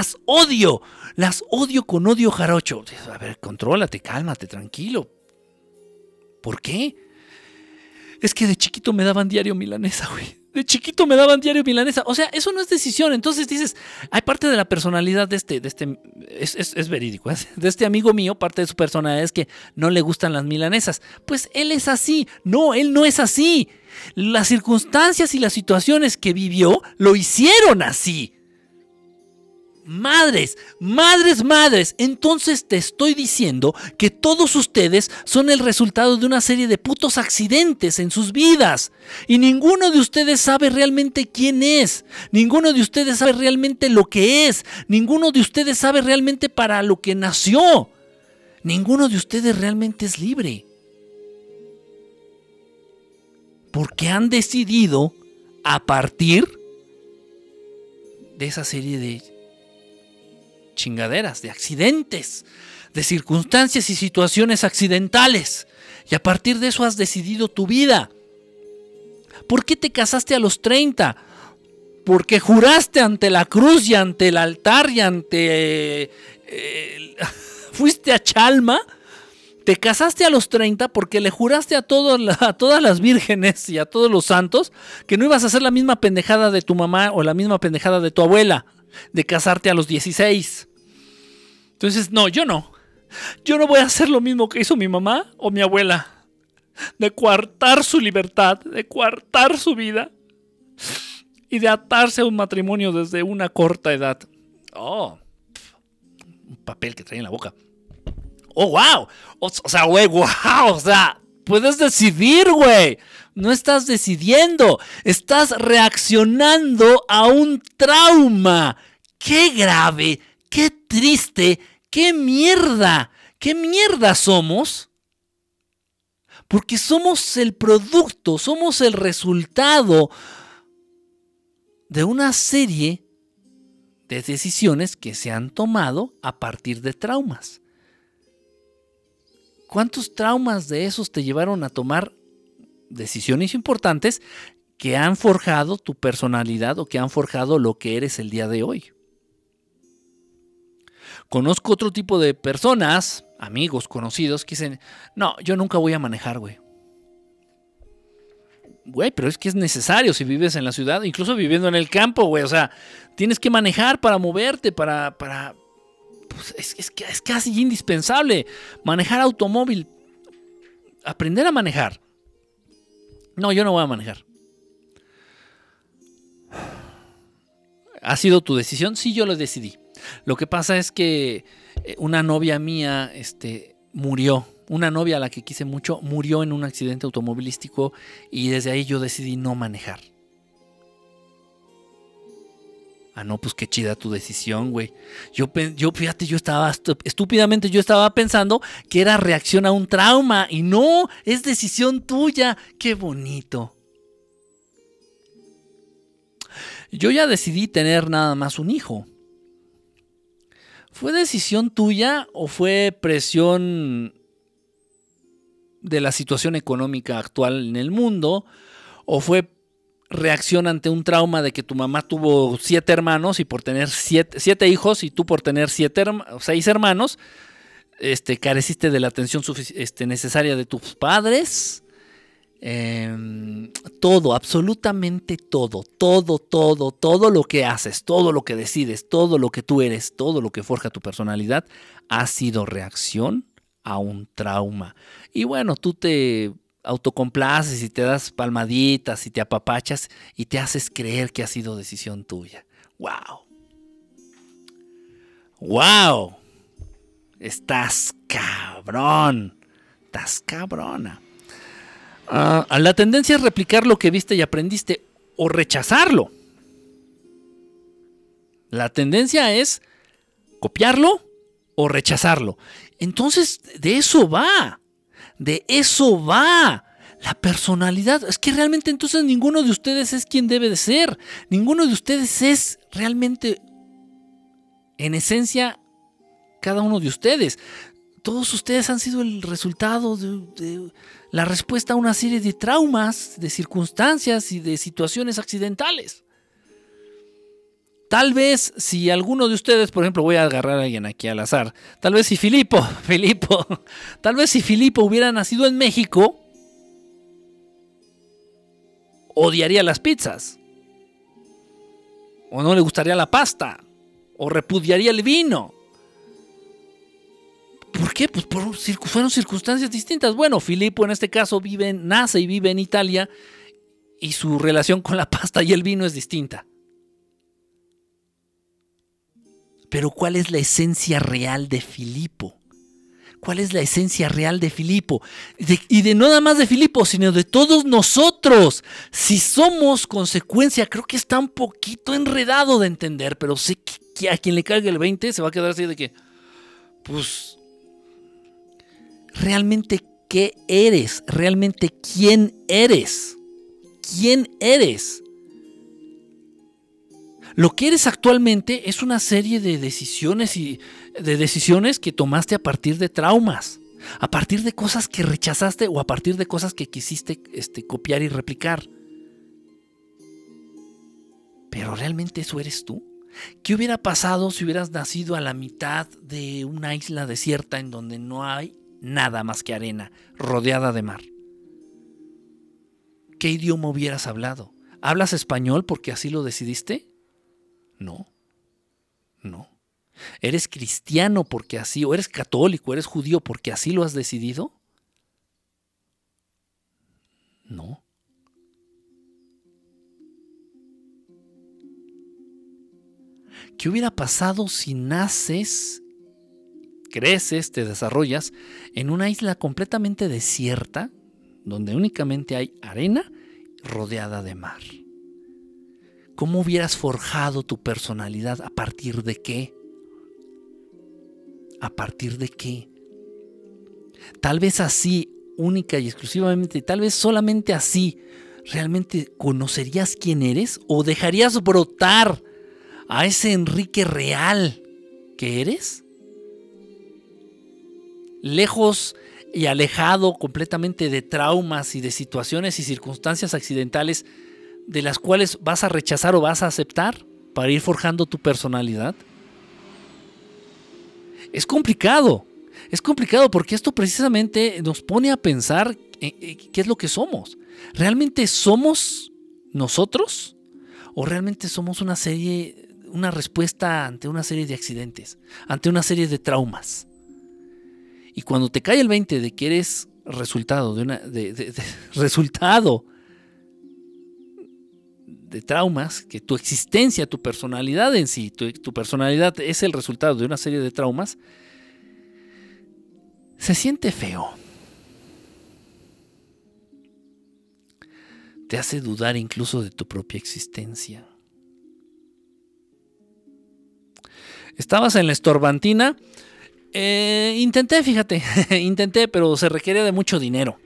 con odio jarocho. A ver, contrólate, cálmate, tranquilo. ¿Por qué? Es que de chiquito me daban diario milanesa, güey. O sea, eso no es decisión. Entonces dices, hay parte de la personalidad de es verídico, ¿eh? De este amigo mío, parte de su personalidad es que no le gustan las milanesas. Pues él es así. No, él no es así. Las circunstancias y las situaciones que vivió lo hicieron así. Madres. Entonces te estoy diciendo que todos ustedes son el resultado de una serie de putos accidentes en sus vidas. Y ninguno de ustedes sabe realmente quién es. Ninguno de ustedes sabe realmente lo que es. Ninguno de ustedes sabe realmente para lo que nació. Ninguno de ustedes realmente es libre. Porque han decidido a partir de esa serie de chingaderas, de accidentes, de circunstancias y situaciones accidentales. Y a partir de eso has decidido tu vida. ¿Por qué te casaste a los 30? Porque juraste ante la cruz y ante el altar y ante... fuiste a Chalma. Te casaste a los 30 porque le juraste a todas las vírgenes y a todos los santos que no ibas a hacer la misma pendejada de tu mamá o la misma pendejada de tu abuela, de casarte a los 16. Entonces, no, yo no voy a hacer lo mismo que hizo mi mamá o mi abuela, de coartar su libertad, de coartar su vida y de atarse a un matrimonio desde una corta edad. Un papel que trae en la boca. Wow, o sea, güey, wow, o sea, puedes decidir, güey. No estás decidiendo, estás reaccionando a un trauma. ¡Qué grave! ¡Qué triste! ¡Qué mierda! ¿Qué mierda somos? Porque somos el producto, somos el resultado de una serie de decisiones que se han tomado a partir de traumas. ¿Cuántos traumas de esos te llevaron a tomar decisiones importantes que han forjado tu personalidad o que han forjado lo que eres el día de hoy? Conozco otro tipo de personas, amigos, conocidos, que dicen, no, yo nunca voy a manejar, güey. Güey, pero es que es necesario si vives en la ciudad, incluso viviendo en el campo, güey. O sea, tienes que manejar para moverte, pues es casi indispensable manejar automóvil, aprender a manejar. No, yo no voy a manejar. ¿Ha sido tu decisión? Sí, yo lo decidí. Lo que pasa es que una novia mía murió. Una novia a la que quise mucho murió en un accidente automovilístico y desde ahí yo decidí no manejar. Ah, no, pues qué chida tu decisión, güey. Fíjate, yo estaba estúpidamente, yo estaba pensando que era reacción a un trauma y no, es decisión tuya. Qué bonito. Yo ya decidí tener nada más un hijo. ¿Fue decisión tuya o fue presión de la situación económica actual en el mundo? ¿O fue reacción ante un trauma de que tu mamá tuvo 7 hermanos y por tener 7 hijos y tú por tener 6 hermanos, careciste de la atención necesaria de tus padres? Todo, absolutamente todo lo que haces, todo lo que decides, todo lo que tú eres, todo lo que forja tu personalidad ha sido reacción a un trauma. Y bueno, tú te autocomplaces y te das palmaditas y te apapachas y te haces creer que ha sido decisión tuya. ¡Wow! ¡Wow! Estás cabrón. Estás cabrona. La tendencia es replicar lo que viste y aprendiste o rechazarlo. La tendencia es copiarlo o rechazarlo. Entonces, de eso va. De eso va. La personalidad. Es que realmente entonces ninguno de ustedes es quien debe de ser. Ninguno de ustedes es realmente, en esencia, cada uno de ustedes. Todos ustedes han sido el resultado de la respuesta a una serie de traumas, de circunstancias y de situaciones accidentales. Tal vez si alguno de ustedes, por ejemplo, voy a agarrar a alguien aquí al azar, tal vez si Filipo hubiera nacido en México, odiaría las pizzas, o no le gustaría la pasta, o repudiaría el vino. ¿Por qué? Pues fueron circunstancias distintas. Bueno, Filipo en este caso nace y vive en Italia y su relación con la pasta y el vino es distinta. Pero ¿cuál es la esencia real de Filipo? ¿Cuál es la esencia real de Filipo? Y de no nada más de Filipo, sino de todos nosotros. Si somos consecuencia, creo que está un poquito enredado de entender, pero sé que a quien le caiga el 20 se va a quedar así de que, pues, realmente qué eres, realmente quién eres, Lo que eres actualmente es una serie de decisiones que tomaste a partir de traumas, a partir de cosas que rechazaste o a partir de cosas que quisiste copiar y replicar. Pero realmente eso eres tú. ¿Qué hubiera pasado si hubieras nacido a la mitad de una isla desierta en donde no hay nada más que arena, rodeada de mar? ¿Qué idioma hubieras hablado? ¿Hablas español porque así lo decidiste? No. ¿Eres cristiano porque así, o eres católico, eres judío porque así lo has decidido? No. ¿Qué hubiera pasado si naces, creces, te desarrollas en una isla completamente desierta, donde únicamente hay arena rodeada de mar? ¿Cómo hubieras forjado tu personalidad? ¿A partir de qué? ¿A partir de qué? Tal vez así, única y exclusivamente, tal vez solamente así, ¿realmente conocerías quién eres? ¿O dejarías brotar a ese Enrique real que eres? Lejos y alejado completamente de traumas y de situaciones y circunstancias accidentales de las cuales vas a rechazar o vas a aceptar para ir forjando tu personalidad. Es complicado porque esto precisamente nos pone a pensar qué es lo que somos. ¿Realmente somos nosotros? ¿O realmente somos una respuesta ante una serie de accidentes, ante una serie de traumas? Y cuando te cae el 20 de que eres resultado de traumas, que tu existencia, tu personalidad en sí, tu personalidad es el resultado de una serie de traumas, se siente feo. Te hace dudar incluso de tu propia existencia. Estabas en la estorbantina. Intenté, fíjate, pero se requiere de mucho dinero.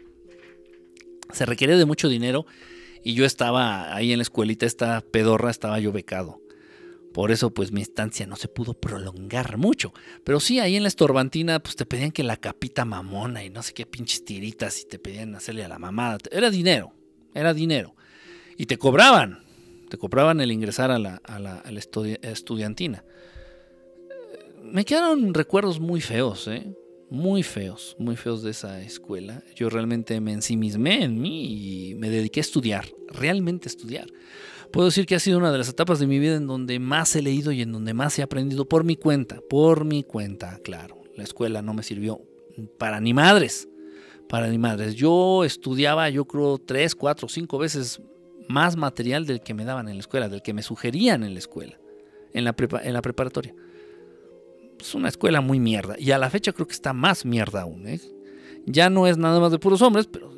Y yo estaba ahí en la escuelita, esta pedorra, estaba yo becado. Por eso, pues, mi estancia no se pudo prolongar mucho. Pero sí, ahí en la estorbantina, pues, te pedían que la capita mamona y no sé qué pinches tiritas y te pedían hacerle a la mamada. Era dinero. Y te cobraban el ingresar a la estudiantina. Me quedaron recuerdos muy feos, muy feos de esa escuela. Yo realmente me ensimismé en mí y me dediqué a estudiar, realmente a estudiar. Puedo decir que ha sido una de las etapas de mi vida en donde más he leído y en donde más he aprendido por mi cuenta, claro. La escuela no me sirvió para ni madres. Yo estudiaba, yo creo, 3, 4, 5 veces más material del que me daban en la escuela, del que me sugerían en la escuela, en la preparatoria. Es una escuela muy mierda. Y a la fecha creo que está más mierda aún. Ya no es nada más de puros hombres, pero...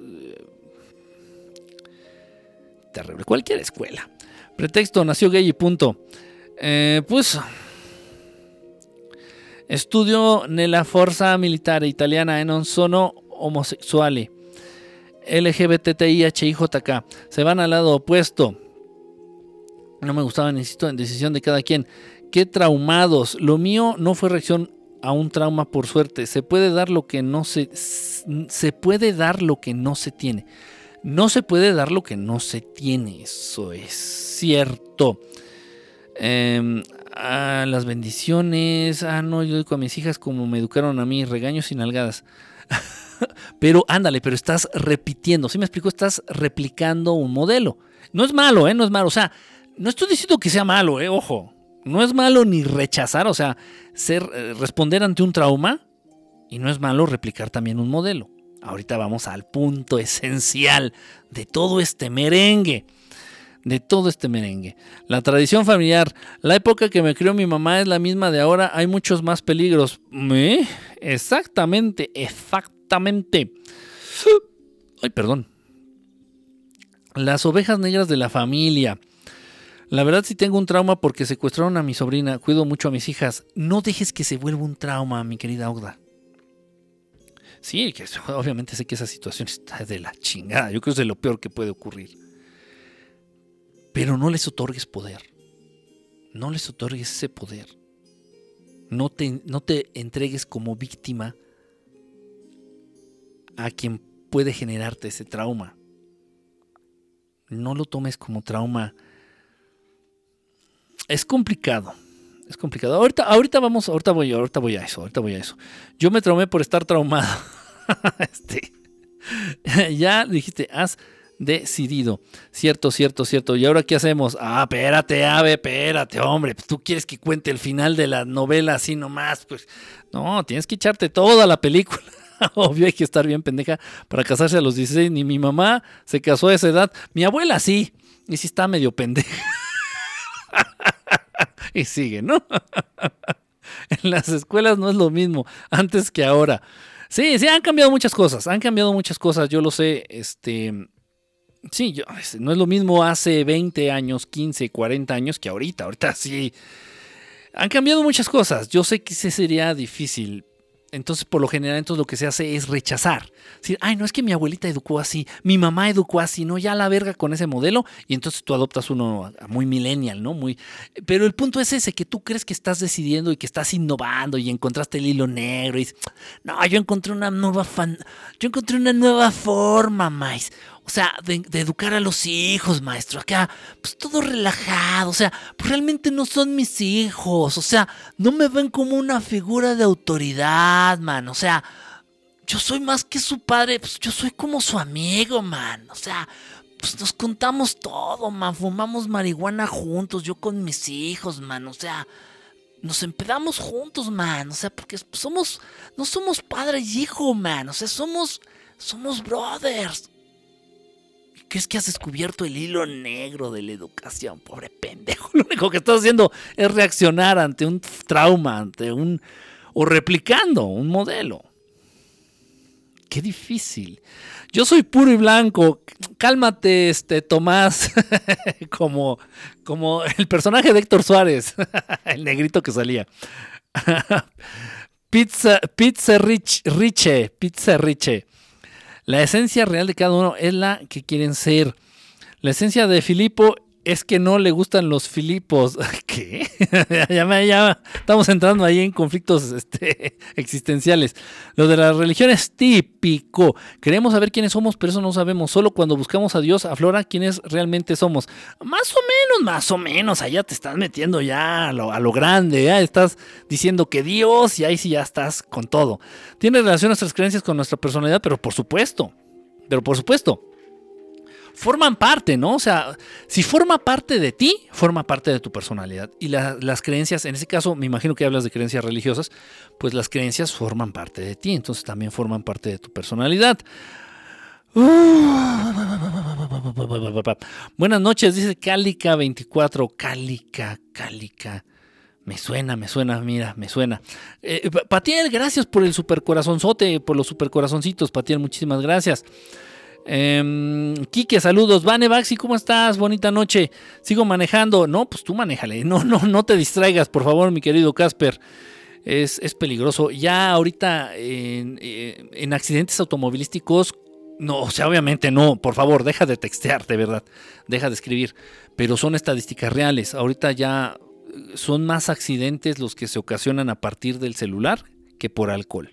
terrible. Cualquier escuela. Pretexto, nació gay y punto. Pues... Studio nella forza militare italiana e non sono omosessuale. LGBTIHIJK. Se van al lado opuesto. No me gustaba, insisto, en decisión de cada quien. Qué traumados. Lo mío no fue reacción a un trauma, por suerte. Se puede dar lo que no se tiene. No se puede dar lo que no se tiene. Eso es cierto. Las bendiciones. No, yo educo a mis hijas como me educaron a mí. Regaños y nalgadas. Pero ándale, pero estás repitiendo. ¿Sí me explico? Estás replicando un modelo. No es malo, no es malo. O sea, no estoy diciendo que sea malo, ojo. No es malo ni rechazar, o sea, responder ante un trauma, y no es malo replicar también un modelo. Ahorita vamos al punto esencial de todo este merengue. La tradición familiar. La época que me crió mi mamá es la misma de ahora. Hay muchos más peligros. Exactamente. Ay, perdón. Las ovejas negras de la familia. La verdad sí tengo un trauma porque secuestraron a mi sobrina. Cuido mucho a mis hijas. No dejes que se vuelva un trauma, mi querida Ogda. Sí, que obviamente sé que esa situación está de la chingada. Yo creo que es de lo peor que puede ocurrir. Pero no les otorgues poder. No les otorgues ese poder. No te entregues como víctima a quien puede generarte ese trauma. No lo tomes como trauma. Es complicado. Ahorita voy a eso. Yo me traumé por estar traumado. Ya dijiste, has decidido. Cierto. ¿Y ahora qué hacemos? Espérate, hombre. Tú quieres que cuente el final de la novela así nomás. Pues no, tienes que echarte toda la película. Obvio, hay que estar bien pendeja para casarse a los 16. Ni mi mamá se casó a esa edad. Mi abuela sí. Y sí está medio pendeja. Y sigue, ¿no? En las escuelas no es lo mismo antes que ahora. Sí, han cambiado muchas cosas. Yo lo sé. Sí, no es lo mismo hace 20 años, 15, 40 años que ahorita. Ahorita sí. Han cambiado muchas cosas. Yo sé que ese sería difícil. Entonces, por lo general, lo que se hace es rechazar. Decir, no, es que mi abuelita educó así, mi mamá educó así, no, ya la verga con ese modelo, y entonces tú adoptas uno muy millennial, ¿no? Pero el punto es ese, que tú crees que estás decidiendo y que estás innovando y encontraste el hilo negro y dices, no, yo encontré una nueva forma, maíz. O sea, de educar a los hijos, maestro. Acá, pues todo relajado. O sea, pues realmente no son mis hijos. O sea, no me ven como una figura de autoridad, man. O sea, yo soy más que su padre. Pues yo soy como su amigo, man. O sea, pues nos contamos todo, man. Fumamos marihuana juntos. Yo con mis hijos, man. O sea, nos empedamos juntos, man. O sea, porque no somos padre y hijo, man. O sea, somos brothers. ¿Crees que has descubierto el hilo negro de la educación? Pobre pendejo. Lo único que estás haciendo es reaccionar ante un trauma, o replicando un modelo. Qué difícil. Yo soy puro y blanco. Cálmate, Tomás. como el personaje de Héctor Suárez. El negrito que salía. Pizza Riche. La esencia real de cada uno es la que quieren ser. La esencia de Filipo es que no le gustan los Filipos. ¿Qué? ya estamos entrando ahí en conflictos existenciales. Lo de la religión es típico. Queremos saber quiénes somos, pero eso no sabemos. Solo cuando buscamos a Dios aflora quiénes realmente somos. Más o menos. Allá te estás metiendo ya a lo grande. Ya estás diciendo que Dios, y ahí sí ya estás con todo. Tiene relación nuestras creencias con nuestra personalidad, pero por supuesto. Forman parte, ¿no? O sea, si forma parte de ti, forma parte de tu personalidad. Y las creencias, en ese caso, me imagino que hablas de creencias religiosas, pues las creencias forman parte de ti, entonces también forman parte de tu personalidad. Buenas noches, dice Cálica24. Cálica. Me suena, mira, me suena. Patiel, gracias por el supercorazonzote, por los supercorazoncitos, Patiel, muchísimas gracias. Quique, saludos. Vane Baxi, ¿cómo estás? Bonita noche. Sigo manejando. No, pues tú manéjale. No te distraigas, por favor, mi querido Casper. Es peligroso. Ya ahorita en accidentes automovilísticos, no, o sea, obviamente no. Por favor, deja de textear, de verdad. Deja de escribir. Pero son estadísticas reales. Ahorita ya son más accidentes los que se ocasionan a partir del celular que por alcohol.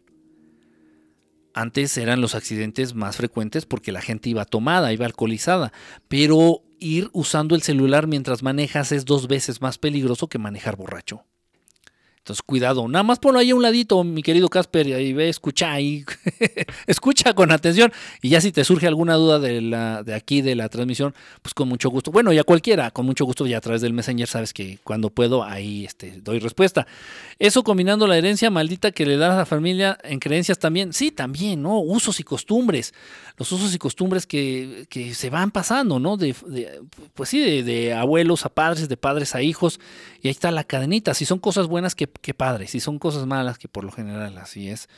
Antes eran los accidentes más frecuentes porque la gente iba tomada, iba alcoholizada, pero ir usando el celular mientras manejas es 2 veces más peligroso que manejar borracho. Entonces, cuidado, nada más ponlo ahí a un ladito, mi querido Casper, y ahí ve, escucha ahí, escucha con atención, y ya si te surge alguna duda de aquí de la transmisión, pues con mucho gusto, bueno, ya cualquiera, con mucho gusto, ya a través del Messenger, sabes que cuando puedo, ahí doy respuesta. Eso combinando la herencia maldita que le da a la familia en creencias también, sí, también, ¿no? Usos y costumbres, los usos y costumbres que se van pasando, ¿no? Pues sí, de abuelos a padres, de padres a hijos, y ahí está la cadenita. Si son cosas buenas, que padre. Si son cosas malas, que por lo general así es,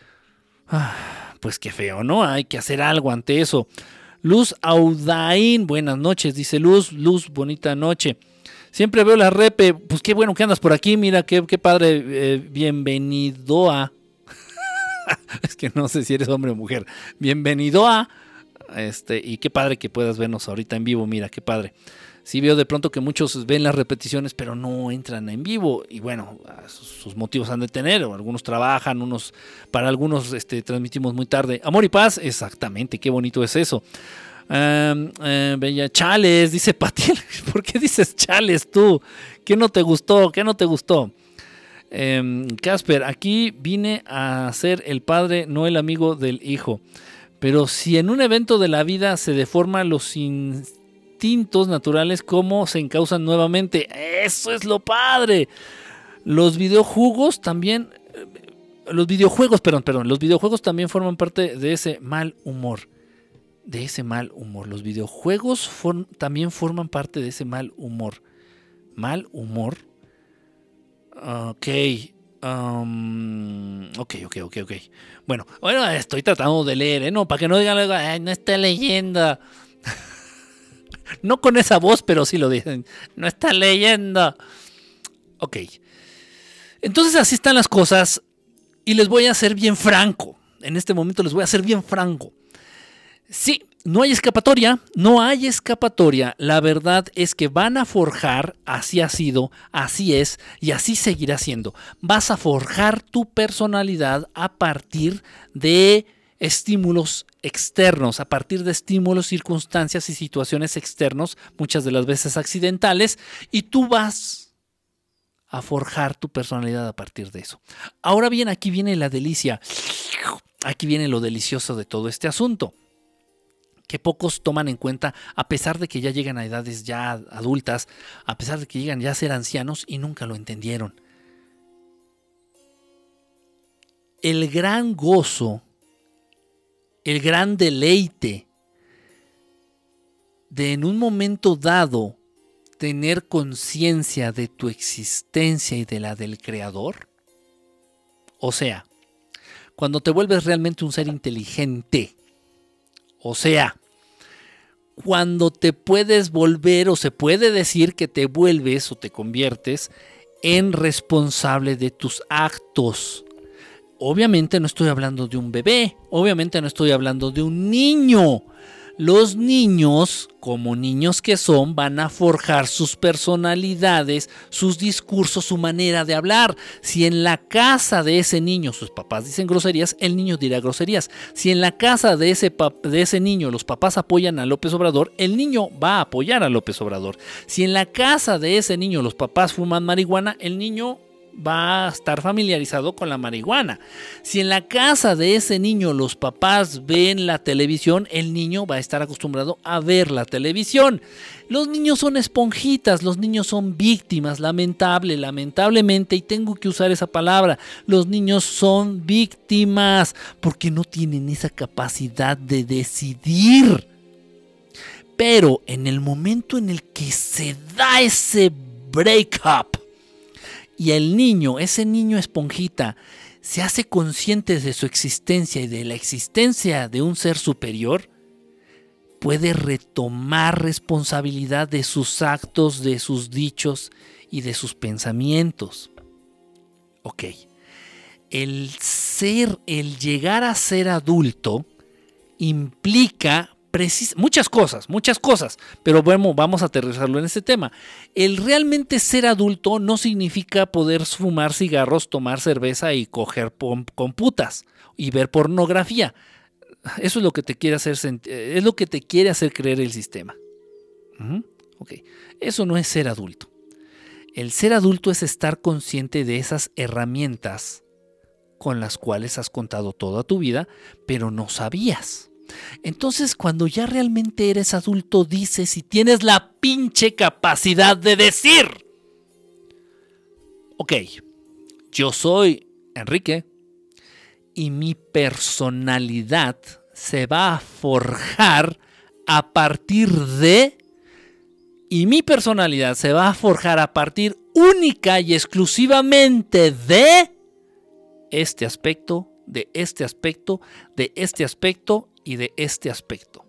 pues qué feo, ¿no? Hay que hacer algo ante eso. Luz Audain, buenas noches, dice Luz, bonita noche. Siempre veo la repe, pues qué bueno que andas por aquí, mira, qué padre, bienvenido a... Es que no sé si eres hombre o mujer. Bienvenido a... y qué padre que puedas vernos ahorita en vivo, mira, qué padre. Sí veo de pronto que muchos ven las repeticiones, pero no entran en vivo. Y bueno, sus motivos han de tener. O algunos trabajan, para algunos transmitimos muy tarde. Amor y paz, exactamente, qué bonito es eso. Bella, chales, dice Patiel. ¿Por qué dices chales tú? ¿Qué no te gustó? Casper, aquí vine a ser el padre, no el amigo del hijo. Pero si en un evento de la vida se deforman los instintos naturales, ¿cómo se encausan nuevamente? ¡Eso es lo padre! Los videojuegos también los videojuegos también forman parte de ese mal humor. Los videojuegos también forman parte de ese mal humor. ¿Mal humor? Ok. Ok. Bueno, estoy tratando de leer, ¿no? Para que no digan algo, no está leyendo. No con esa voz, pero sí lo dicen. No está leyendo. Ok. Entonces así están las cosas. Y les voy a ser bien franco. En este momento les voy a ser bien franco. Sí, no hay escapatoria. La verdad es que van a forjar, así ha sido, así es y así seguirá siendo. Vas a forjar tu personalidad a partir de estímulos externos, a partir de estímulos, circunstancias y situaciones externos, muchas de las veces accidentales, y tú vas a forjar tu personalidad a partir de eso. Ahora bien, aquí viene la delicia, aquí viene lo delicioso de todo este asunto, que pocos toman en cuenta, a pesar de que ya llegan a edades ya adultas, a pesar de que llegan ya a ser ancianos y nunca lo entendieron. El gran gozo, el gran deleite de en un momento dado tener conciencia de tu existencia y de la del creador? O sea, cuando te vuelves realmente un ser inteligente, o sea, cuando te puedes volver, o se puede decir que te vuelves o te conviertes en responsable de tus actos. Obviamente no estoy hablando de un bebé, obviamente no estoy hablando de un niño. Los niños, como niños que son, van a forjar sus personalidades, sus discursos, su manera de hablar. Si en la casa de ese niño sus papás dicen groserías, el niño dirá groserías. Si en la casa de ese niño los papás apoyan a López Obrador, el niño va a apoyar a López Obrador. Si en la casa de ese niño los papás fuman marihuana, el niño va a estar familiarizado con la marihuana. Si en la casa de ese niño los papás ven la televisión, el niño va a estar acostumbrado a ver la televisión. Los niños son esponjitas, los niños son víctimas, lamentablemente, y tengo que usar esa palabra, los niños son víctimas porque no tienen esa capacidad de decidir. Pero en el momento en el que se da ese break-up, y el niño, ese niño esponjita, se hace consciente de su existencia y de la existencia de un ser superior, puede retomar responsabilidad de sus actos, de sus dichos y de sus pensamientos. Ok, el llegar a ser adulto implica muchas cosas, pero bueno, vamos a aterrizarlo en este tema. El realmente ser adulto no significa poder fumar cigarros, tomar cerveza y coger con putas y ver pornografía. Eso es lo que te quiere hacer es lo que te quiere hacer creer el sistema. Okay. Eso no es ser adulto. El ser adulto es estar consciente de esas herramientas con las cuales has contado toda tu vida, pero no sabías. Entonces, cuando ya realmente eres adulto, dices y tienes la pinche capacidad de decir: ok, yo soy Enrique y mi personalidad se va a forjar a partir de... Y mi personalidad se va a forjar a partir única y exclusivamente de este aspecto, de este aspecto, de este aspecto y de este aspecto.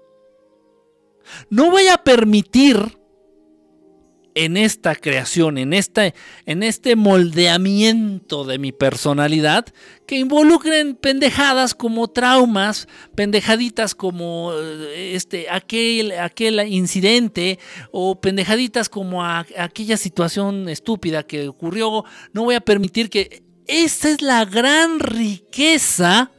No voy a permitir en esta creación, en este moldeamiento de mi personalidad, que involucren pendejadas como traumas, pendejaditas como aquel incidente, o pendejaditas como aquella situación estúpida que ocurrió. No voy a permitir que... Esa es la gran riqueza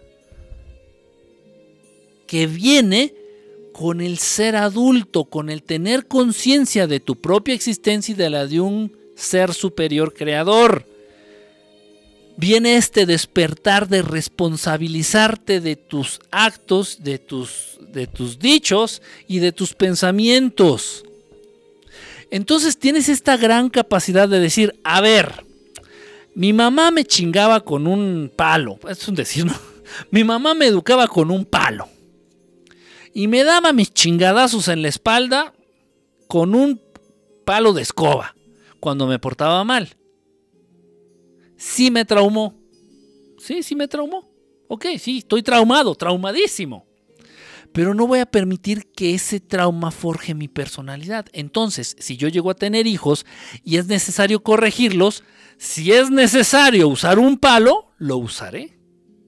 que viene con el ser adulto, con el tener conciencia de tu propia existencia y de la de un ser superior creador. Viene este despertar de responsabilizarte de tus actos, de tus dichos y de tus pensamientos. Entonces tienes esta gran capacidad de decir: a ver, mi mamá me chingaba con un palo, es un decir, ¿no? Mi mamá me educaba con un palo y me daba mis chingadazos en la espalda con un palo de escoba cuando me portaba mal. Sí me traumó. Sí me traumó. Ok, sí, estoy traumadísimo. Pero no voy a permitir que ese trauma forje mi personalidad. Entonces, si yo llego a tener hijos y es necesario corregirlos, si es necesario usar un palo, lo usaré.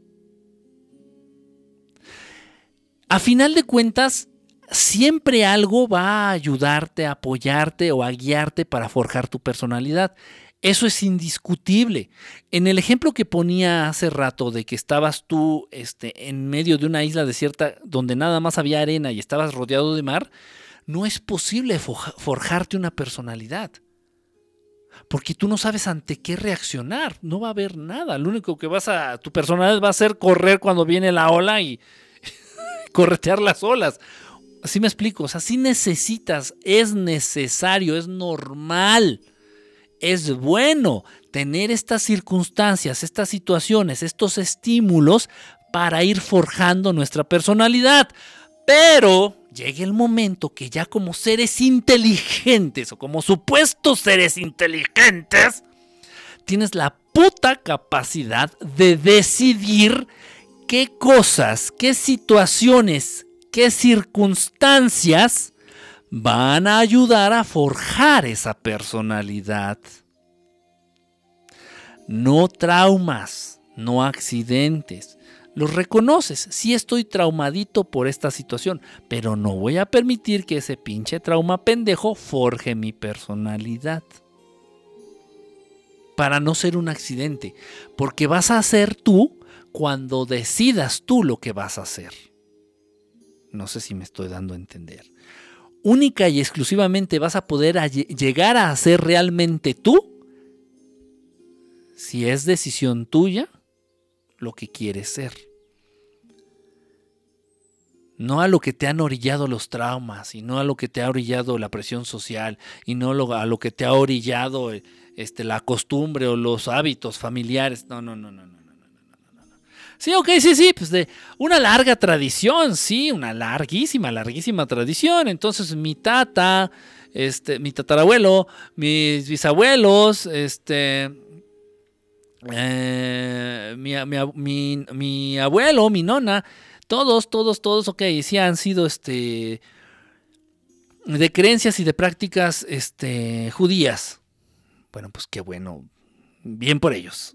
A final de cuentas, siempre algo va a ayudarte, a apoyarte o a guiarte para forjar tu personalidad. Eso es indiscutible. En el ejemplo que ponía hace rato de que estabas tú en medio de una isla desierta donde nada más había arena y estabas rodeado de mar, no es posible forjarte una personalidad. Porque tú no sabes ante qué reaccionar. No va a haber nada. Lo único que tu personalidad va a ser correr cuando viene la ola y corretear las olas. Así me explico. O sea, sí necesitas, es necesario, es normal, es bueno tener estas circunstancias, estas situaciones, estos estímulos para ir forjando nuestra personalidad. Pero, llegue el momento que ya como seres inteligentes o como supuestos seres inteligentes, tienes la puta capacidad de decidir qué cosas, qué situaciones, qué circunstancias van a ayudar a forjar esa personalidad. No traumas, no accidentes. Los reconoces, sí estoy traumadito por esta situación, pero no voy a permitir que ese pinche trauma pendejo forje mi personalidad. Para no ser un accidente, porque vas a ser tú cuando decidas tú lo que vas a hacer. No sé si me estoy dando a entender. Única y exclusivamente vas a poder llegar a ser realmente tú si es decisión tuya lo que quieres ser. No a lo que te han orillado los traumas, y no a lo que te ha orillado la presión social, y no a lo que te ha orillado la costumbre o los hábitos familiares. No. Sí, ok, sí, pues de una larga tradición, sí, una larguísima tradición. Entonces mi mi tatarabuelo, mis bisabuelos, mi abuelo, mi nona, todos, ok, sí han sido de creencias y de prácticas judías. Bueno, pues qué bueno, bien por ellos.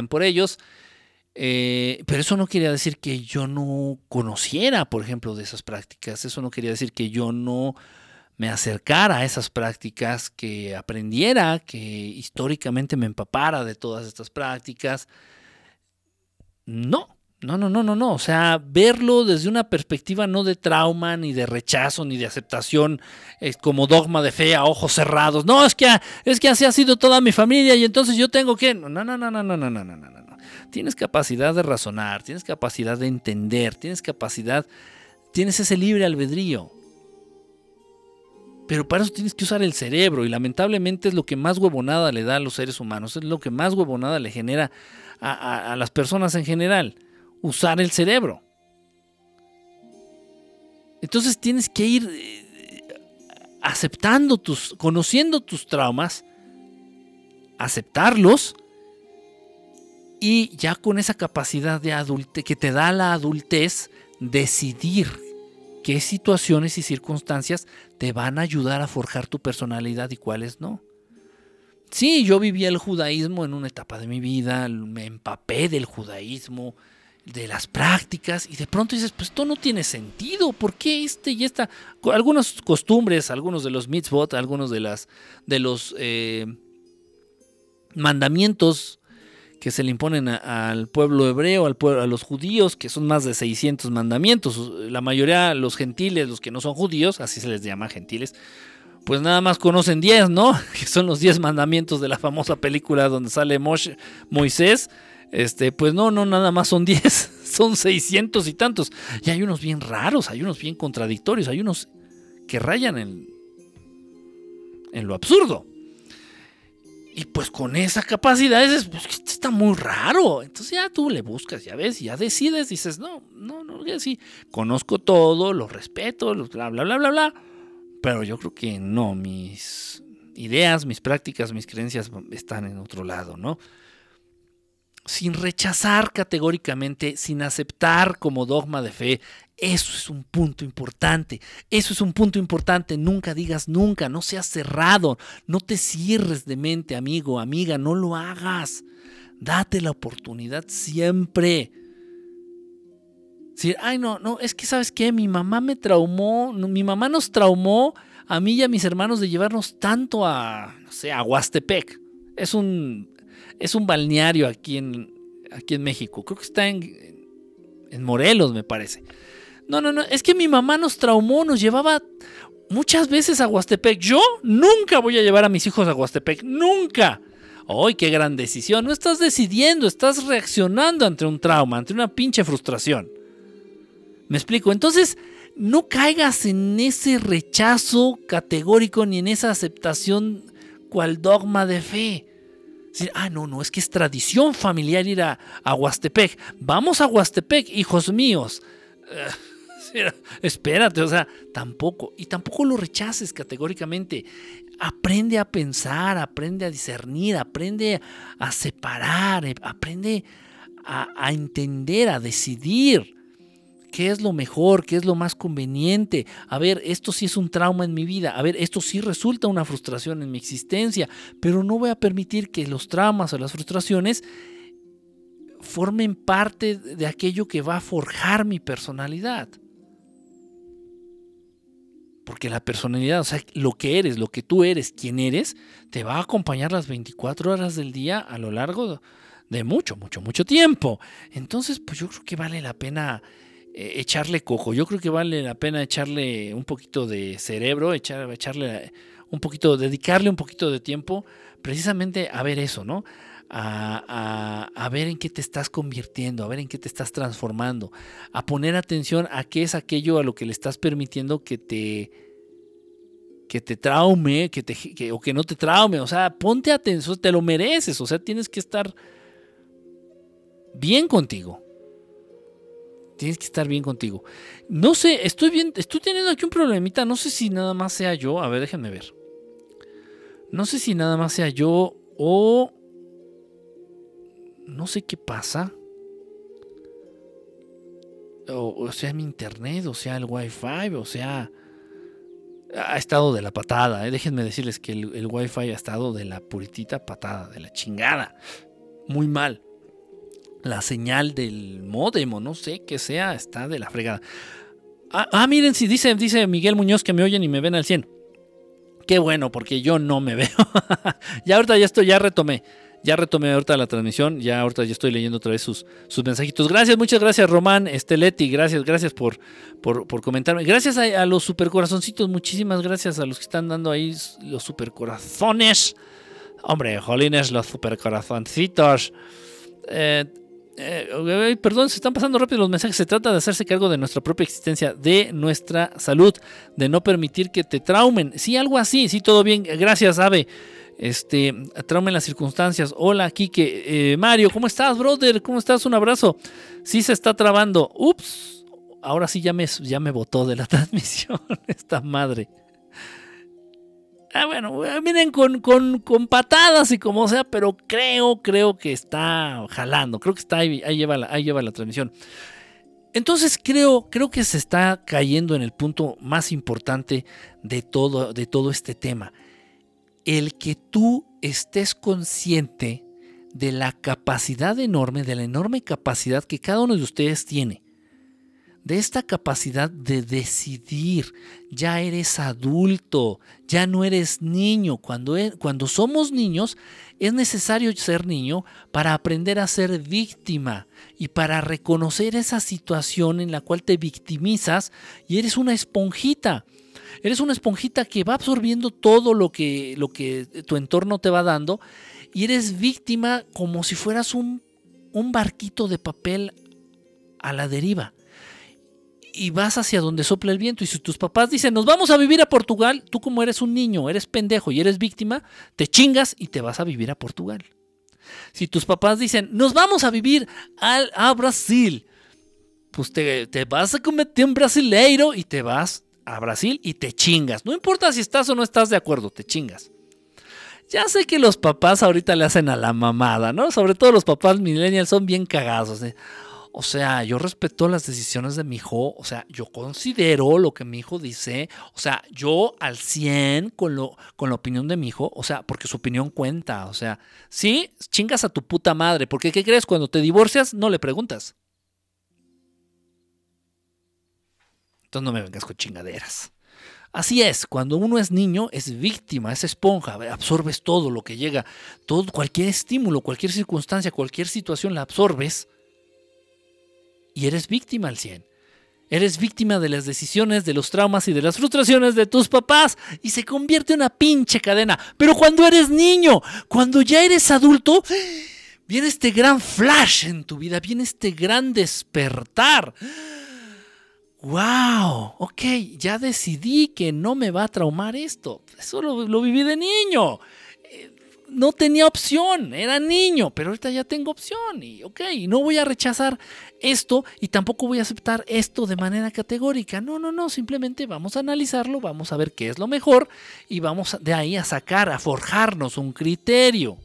Pero eso no quería decir que yo no conociera, por ejemplo, de esas prácticas. Eso no quería decir que yo no me acercara a esas prácticas, que aprendiera, que históricamente me empapara de todas estas prácticas. No. O sea, verlo desde una perspectiva no de trauma, ni de rechazo, ni de aceptación, como dogma de fe a ojos cerrados. No, es que así ha sido toda mi familia y entonces yo tengo que... No. Tienes capacidad de razonar, tienes capacidad de entender, tienes ese libre albedrío. Pero para eso tienes que usar el cerebro, y lamentablemente es lo que más huevonada le da a los seres humanos, es lo que más huevonada le genera a las personas en general, usar el cerebro. Entonces tienes que ir conociendo tus traumas, aceptarlos, y ya con esa capacidad de que te da la adultez, decidir qué situaciones y circunstancias te van a ayudar a forjar tu personalidad y cuáles no. Sí, yo viví el judaísmo en una etapa de mi vida, me empapé del judaísmo, de las prácticas, y de pronto dices, pues esto no tiene sentido, ¿por qué y esta? Algunas costumbres, algunos de los mitzvot, algunos de los mandamientos que se le imponen al pueblo hebreo, a los judíos, que son más de 600 mandamientos. La mayoría, los gentiles, los que no son judíos, así se les llama gentiles, pues nada más conocen 10, ¿no? Que son los 10 mandamientos de la famosa película donde sale Moisés. Pues no, nada más son 10, son 600 y tantos. Y hay unos bien raros, hay unos bien contradictorios, hay unos que rayan en lo absurdo. Y pues con esa capacidad dices, pues esto está muy raro. Entonces ya tú le buscas, ya ves, ya decides, dices, no, ya sí, conozco todo, lo respeto, bla, bla, bla, bla, bla. Pero yo creo que no, mis ideas, mis prácticas, mis creencias están en otro lado, ¿no? Sin rechazar categóricamente, sin aceptar como dogma de fe. Eso es un punto importante. Nunca digas nunca, no seas cerrado, no te cierres de mente, amigo, amiga, no lo hagas. Date la oportunidad siempre. Decir, ay, no, es que ¿sabes qué? Mi mamá nos traumó a mí y a mis hermanos de llevarnos tanto a Huastepec. Es un balneario aquí en México. Creo que está en Morelos, me parece. No, es que mi mamá nos traumó, nos llevaba muchas veces a Huastepec. Yo nunca voy a llevar a mis hijos a Huastepec, nunca. ¡Ay, qué gran decisión! No estás decidiendo, estás reaccionando ante un trauma, ante una pinche frustración. ¿Me explico? Entonces, no caigas en ese rechazo categórico ni en esa aceptación cual dogma de fe. Decir, no, es que es tradición familiar ir a Huastepec. Vamos a Huastepec, hijos míos. Espérate, o sea, tampoco. Y tampoco lo rechaces categóricamente. Aprende a pensar, aprende a discernir, aprende a separar, aprende a entender, a decidir qué es lo mejor, qué es lo más conveniente. A ver, esto sí es un trauma en mi vida. A ver, esto sí resulta una frustración en mi existencia. Pero no voy a permitir que los traumas o las frustraciones formen parte de aquello que va a forjar mi personalidad. Porque la personalidad, o sea, lo que eres, lo que tú eres, quién eres, te va a acompañar las 24 horas del día a lo largo de mucho tiempo. Entonces, pues yo creo que vale la pena echarle coco. Yo creo que vale la pena echarle un poquito de cerebro, echarle un poquito, dedicarle un poquito de tiempo precisamente a ver eso, ¿no? A ver en qué te estás convirtiendo, a ver en qué te estás transformando, a poner atención a qué es aquello a lo que le estás permitiendo que te traume, o que no te traume. O sea, ponte atención, te lo mereces. O sea, tienes que estar bien contigo. Tienes que estar bien contigo. No sé, estoy teniendo aquí un problemita. No sé si nada más sea yo. A ver, déjenme ver. No sé si nada más sea yo o no sé qué pasa. O sea, mi internet, o sea, el wifi, o sea, ha estado de la patada. Déjenme decirles que el wifi ha estado de la puritita patada, de la chingada. Muy mal. La señal del módem, o no sé qué sea, está de la fregada. Miren, si dice Miguel Muñoz que me oyen y me ven al 100. Qué bueno, porque yo no me veo. Ya ahorita ya retomé ahorita la transmisión, ahorita ya estoy leyendo otra vez sus mensajitos. Muchas gracias Román, Leti, gracias por comentarme. Gracias a los supercorazoncitos, muchísimas gracias a los que están dando ahí los supercorazones. Hombre, jolines, los supercorazoncitos. Perdón, se están pasando rápido los mensajes. Se trata de hacerse cargo de nuestra propia existencia, de nuestra salud, de no permitir que te traumen. Sí, algo así, sí, todo bien. Gracias, Ave. Traumen las circunstancias. Hola, Quique. Mario, ¿cómo estás, brother? ¿Cómo estás? Un abrazo. Sí se está trabando. Ups. Ahora sí ya me botó de la transmisión esta madre. Bueno, miren, con patadas y como sea, pero creo que está jalando. Creo que está ahí lleva la transmisión. Entonces creo que se está cayendo en el punto más importante de todo este tema. El que tú estés consciente de la capacidad enorme, de la enorme capacidad que cada uno de ustedes tiene. De esta capacidad de decidir. Ya eres adulto, ya no eres niño. Cuando somos niños, es necesario ser niño para aprender a ser víctima y para reconocer esa situación en la cual te victimizas y eres una esponjita. Eres una esponjita que va absorbiendo todo lo que tu entorno te va dando y eres víctima como si fueras un barquito de papel a la deriva. Y vas hacia donde sopla el viento. Y si tus papás dicen, nos vamos a vivir a Portugal, tú como eres un niño, eres pendejo y eres víctima, te chingas y te vas a vivir a Portugal. Si tus papás dicen, nos vamos a vivir a Brasil, pues te vas a convertir en brasileiro y te vas a Brasil y te chingas. No importa si estás o no estás de acuerdo, te chingas. Ya sé que los papás ahorita le hacen a la mamada, ¿no? Sobre todo los papás millennials son bien cagados, ¿eh? O sea, yo respeto las decisiones de mi hijo, o sea, yo considero lo que mi hijo dice, o sea, yo al 100 con la opinión de mi hijo, o sea, porque su opinión cuenta, o sea, sí, chingas a tu puta madre, porque ¿qué crees? Cuando te divorcias no le preguntas. Entonces no me vengas con chingaderas. Así es, cuando uno es niño es víctima, es esponja, absorbes todo lo que llega, cualquier estímulo, cualquier circunstancia, cualquier situación la absorbes. Y eres víctima al 100. Eres víctima de las decisiones, de los traumas y de las frustraciones de tus papás. Y se convierte en una pinche cadena. Pero cuando eres niño, cuando ya eres adulto, viene este gran flash en tu vida. Viene este gran despertar. ¡Wow! Ok, ya decidí que no me va a traumar esto. Eso lo viví de niño. no tenía opción, era niño, pero ahorita ya tengo opción y ok, no voy a rechazar esto y tampoco voy a aceptar esto de manera categórica. No, simplemente vamos a analizarlo, vamos a ver qué es lo mejor y vamos de ahí a sacar, a forjarnos un criterio.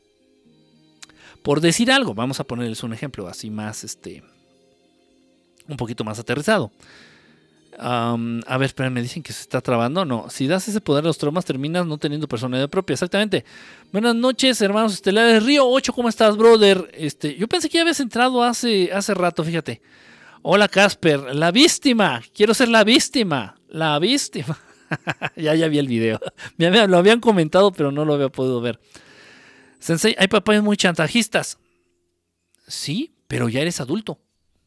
Por decir algo, vamos a ponerles un ejemplo así más, un poquito más aterrizado. A ver, esperen, me dicen que se está trabando. No, si das ese poder a los traumas, terminas no teniendo personalidad propia. Exactamente. Buenas noches, hermanos estelares. Río 8, ¿cómo estás, brother? Yo pensé que ya habías entrado hace rato, fíjate. Hola, Casper. La víctima. Quiero ser la víctima. La víctima. ya vi el video. Lo habían comentado, pero no lo había podido ver. Sensei, hay papás muy chantajistas. Sí, pero ya eres adulto.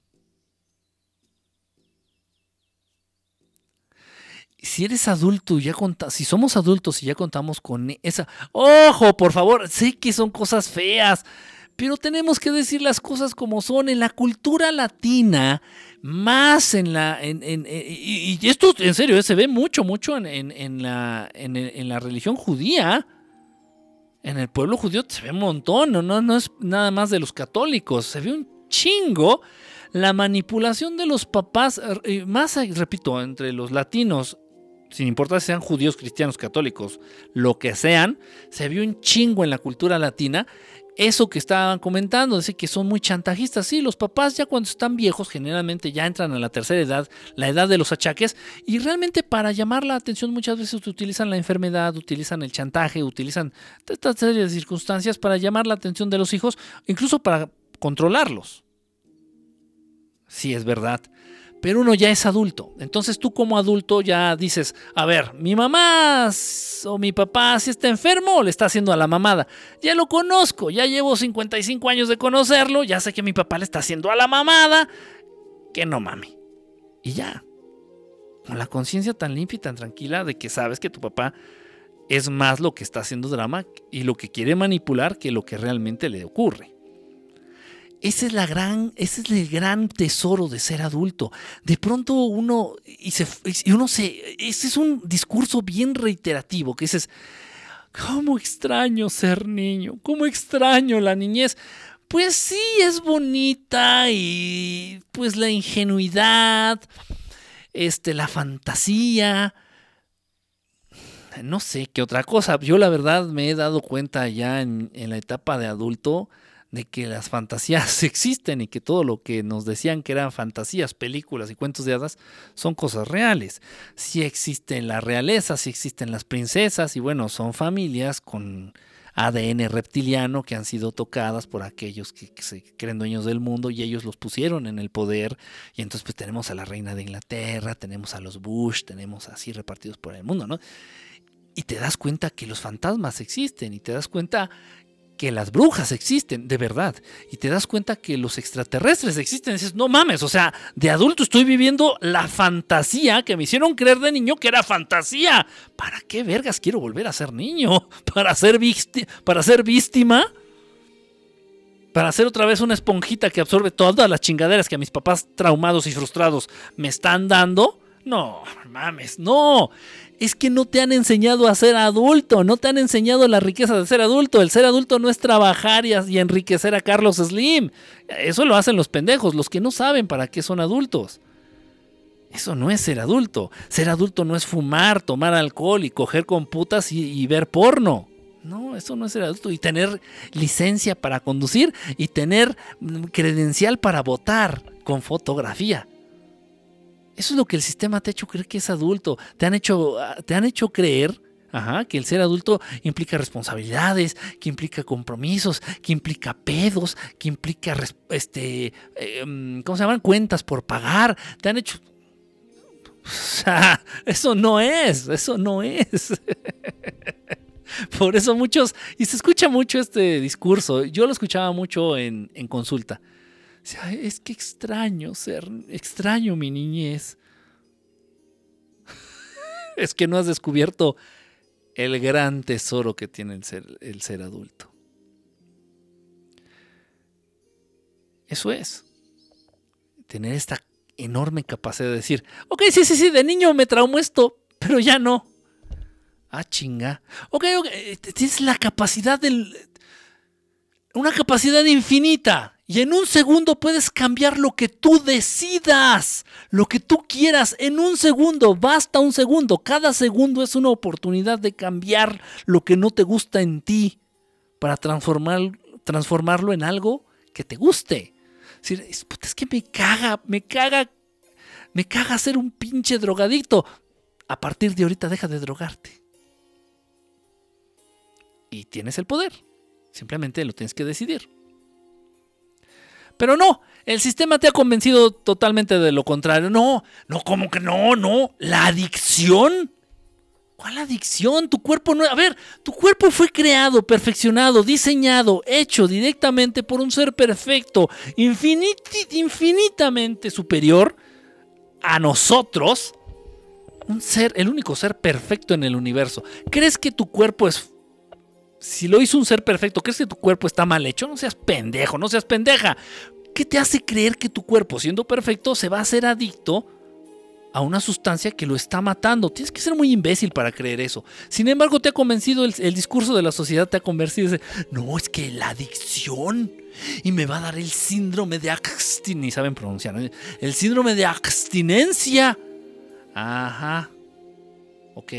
Si eres adulto, si somos adultos y ya contamos con esa... ¡Ojo, por favor! Sé que son cosas feas, pero tenemos que decir las cosas como son. En la cultura latina, más en la... y esto, en serio, se ve mucho en la religión judía. En el pueblo judío se ve un montón, no es nada más de los católicos. Se ve un chingo la manipulación de los papás, más, repito, entre los latinos, sin importar si sean judíos, cristianos, católicos, lo que sean, se vio un chingo en la cultura latina. Eso que estaban comentando, decir que son muy chantajistas. Sí, los papás ya cuando están viejos generalmente ya entran a la tercera edad, la edad de los achaques, y realmente para llamar la atención muchas veces utilizan la enfermedad, utilizan el chantaje, utilizan esta serie de circunstancias para llamar la atención de los hijos, incluso para controlarlos. Sí, es verdad. Pero uno ya es adulto. Entonces tú como adulto ya dices, a ver, mi mamá o mi papá si está enfermo le está haciendo a la mamada. Ya lo conozco, ya llevo 55 años de conocerlo, ya sé que mi papá le está haciendo a la mamada, que no mami. Y ya, con la conciencia tan limpia y tan tranquila de que sabes que tu papá es más lo que está haciendo drama y lo que quiere manipular que lo que realmente le ocurre. Ese es el gran tesoro de ser adulto. De pronto ese es un discurso bien reiterativo, que dices, ¿cómo extraño ser niño? ¿Cómo extraño la niñez? Pues sí, es bonita y pues la ingenuidad, la fantasía, no sé qué otra cosa. Yo la verdad me he dado cuenta ya en la etapa de adulto de que las fantasías existen y que todo lo que nos decían que eran fantasías, películas y cuentos de hadas son cosas reales. Sí existe la realeza, sí existen las princesas y bueno, son familias con ADN reptiliano que han sido tocadas por aquellos que se creen dueños del mundo y ellos los pusieron en el poder. Y entonces pues tenemos a la reina de Inglaterra, tenemos a los Bush, tenemos así repartidos por el mundo, ¿no? Y te das cuenta que los fantasmas existen y te das cuenta que las brujas existen, de verdad, y te das cuenta que los extraterrestres existen, y dices, no mames, o sea, de adulto estoy viviendo la fantasía que me hicieron creer de niño que era fantasía. ¿Para qué vergas quiero volver a ser niño? ¿Para ser víctima? ¿Para ser otra vez una esponjita que absorbe todas las chingaderas que a mis papás traumados y frustrados me están dando? No, mames, no. Es que no te han enseñado a ser adulto, no te han enseñado la riqueza de ser adulto. El ser adulto no es trabajar y enriquecer a Carlos Slim. Eso lo hacen los pendejos, los que no saben para qué son adultos. Eso no es ser adulto. Ser adulto no es fumar, tomar alcohol y coger con putas y ver porno. No, eso no es ser adulto. Y tener licencia para conducir y tener credencial para votar con fotografía. Eso es lo que el sistema te ha hecho creer que es adulto. Te han hecho creer que el ser adulto implica responsabilidades, que implica compromisos, que implica pedos, que implica ¿cómo se llaman? Cuentas por pagar. Te han hecho... O sea, eso no es. Por eso muchos... Y se escucha mucho este discurso. Yo lo escuchaba mucho en consulta. O sea, es que extraño mi niñez. Es que no has descubierto el gran tesoro que tiene el ser adulto. Eso es. Tener esta enorme capacidad de decir, ok, sí, de niño me traumó esto, pero ya no. Ah, chinga. Ok, tienes la capacidad una capacidad infinita. Y en un segundo puedes cambiar lo que tú decidas, lo que tú quieras. En un segundo, basta un segundo. Cada segundo es una oportunidad de cambiar lo que no te gusta en ti para transformarlo en algo que te guste. Es que me caga ser un pinche drogadicto. A partir de ahorita deja de drogarte. Y tienes el poder. Simplemente lo tienes que decidir. Pero no, el sistema te ha convencido totalmente de lo contrario. No, ¿cómo que no? ¿La adicción? ¿Cuál adicción? Tu cuerpo no... A ver, tu cuerpo fue creado, perfeccionado, diseñado, hecho directamente por un ser perfecto, infinitamente superior a nosotros. El único ser perfecto en el universo. ¿Crees que tu cuerpo es... Si lo hizo un ser perfecto, ¿crees que tu cuerpo está mal hecho? No seas pendejo, no seas pendeja. ¿Qué te hace creer que tu cuerpo, siendo perfecto, se va a hacer adicto a una sustancia que lo está matando? Tienes que ser muy imbécil para creer eso. Sin embargo, te ha convencido el discurso de la sociedad, te ha convencido. No, es que la adicción y me va a dar el síndrome de abstinencia. Ni saben pronunciar, ¿no? El síndrome de abstinencia. Ajá. Ok.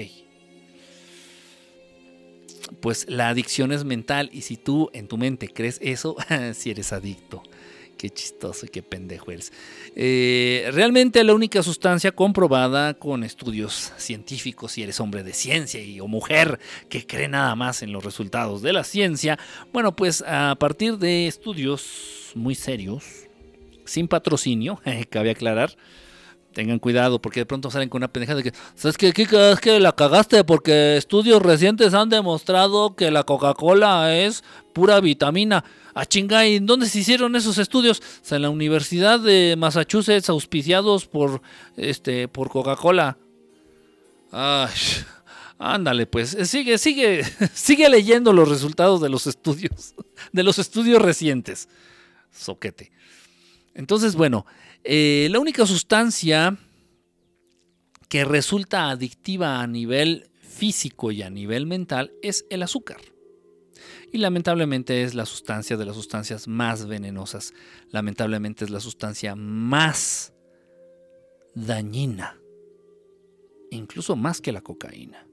Pues la adicción es mental y si tú en tu mente crees eso, si eres adicto. Qué chistoso y qué pendejo eres. Realmente la única sustancia comprobada con estudios científicos, si eres hombre de ciencia o mujer que cree nada más en los resultados de la ciencia, bueno, pues a partir de estudios muy serios, sin patrocinio, cabe aclarar. Tengan cuidado porque de pronto salen con una pendeja de que, ¿sabes qué? Es que la cagaste porque estudios recientes han demostrado que la Coca-Cola es pura vitamina. Ah, chinga, ¿y dónde se hicieron esos estudios? O sea, en la Universidad de Massachusetts, auspiciados por Coca-Cola. Ay, ándale, pues, sigue leyendo los resultados de los estudios recientes. Soquete. Entonces, bueno, la única sustancia que resulta adictiva a nivel físico y a nivel mental es el azúcar. Y lamentablemente es la sustancia de las sustancias más venenosas. Lamentablemente es la sustancia más dañina. Incluso más que la cocaína.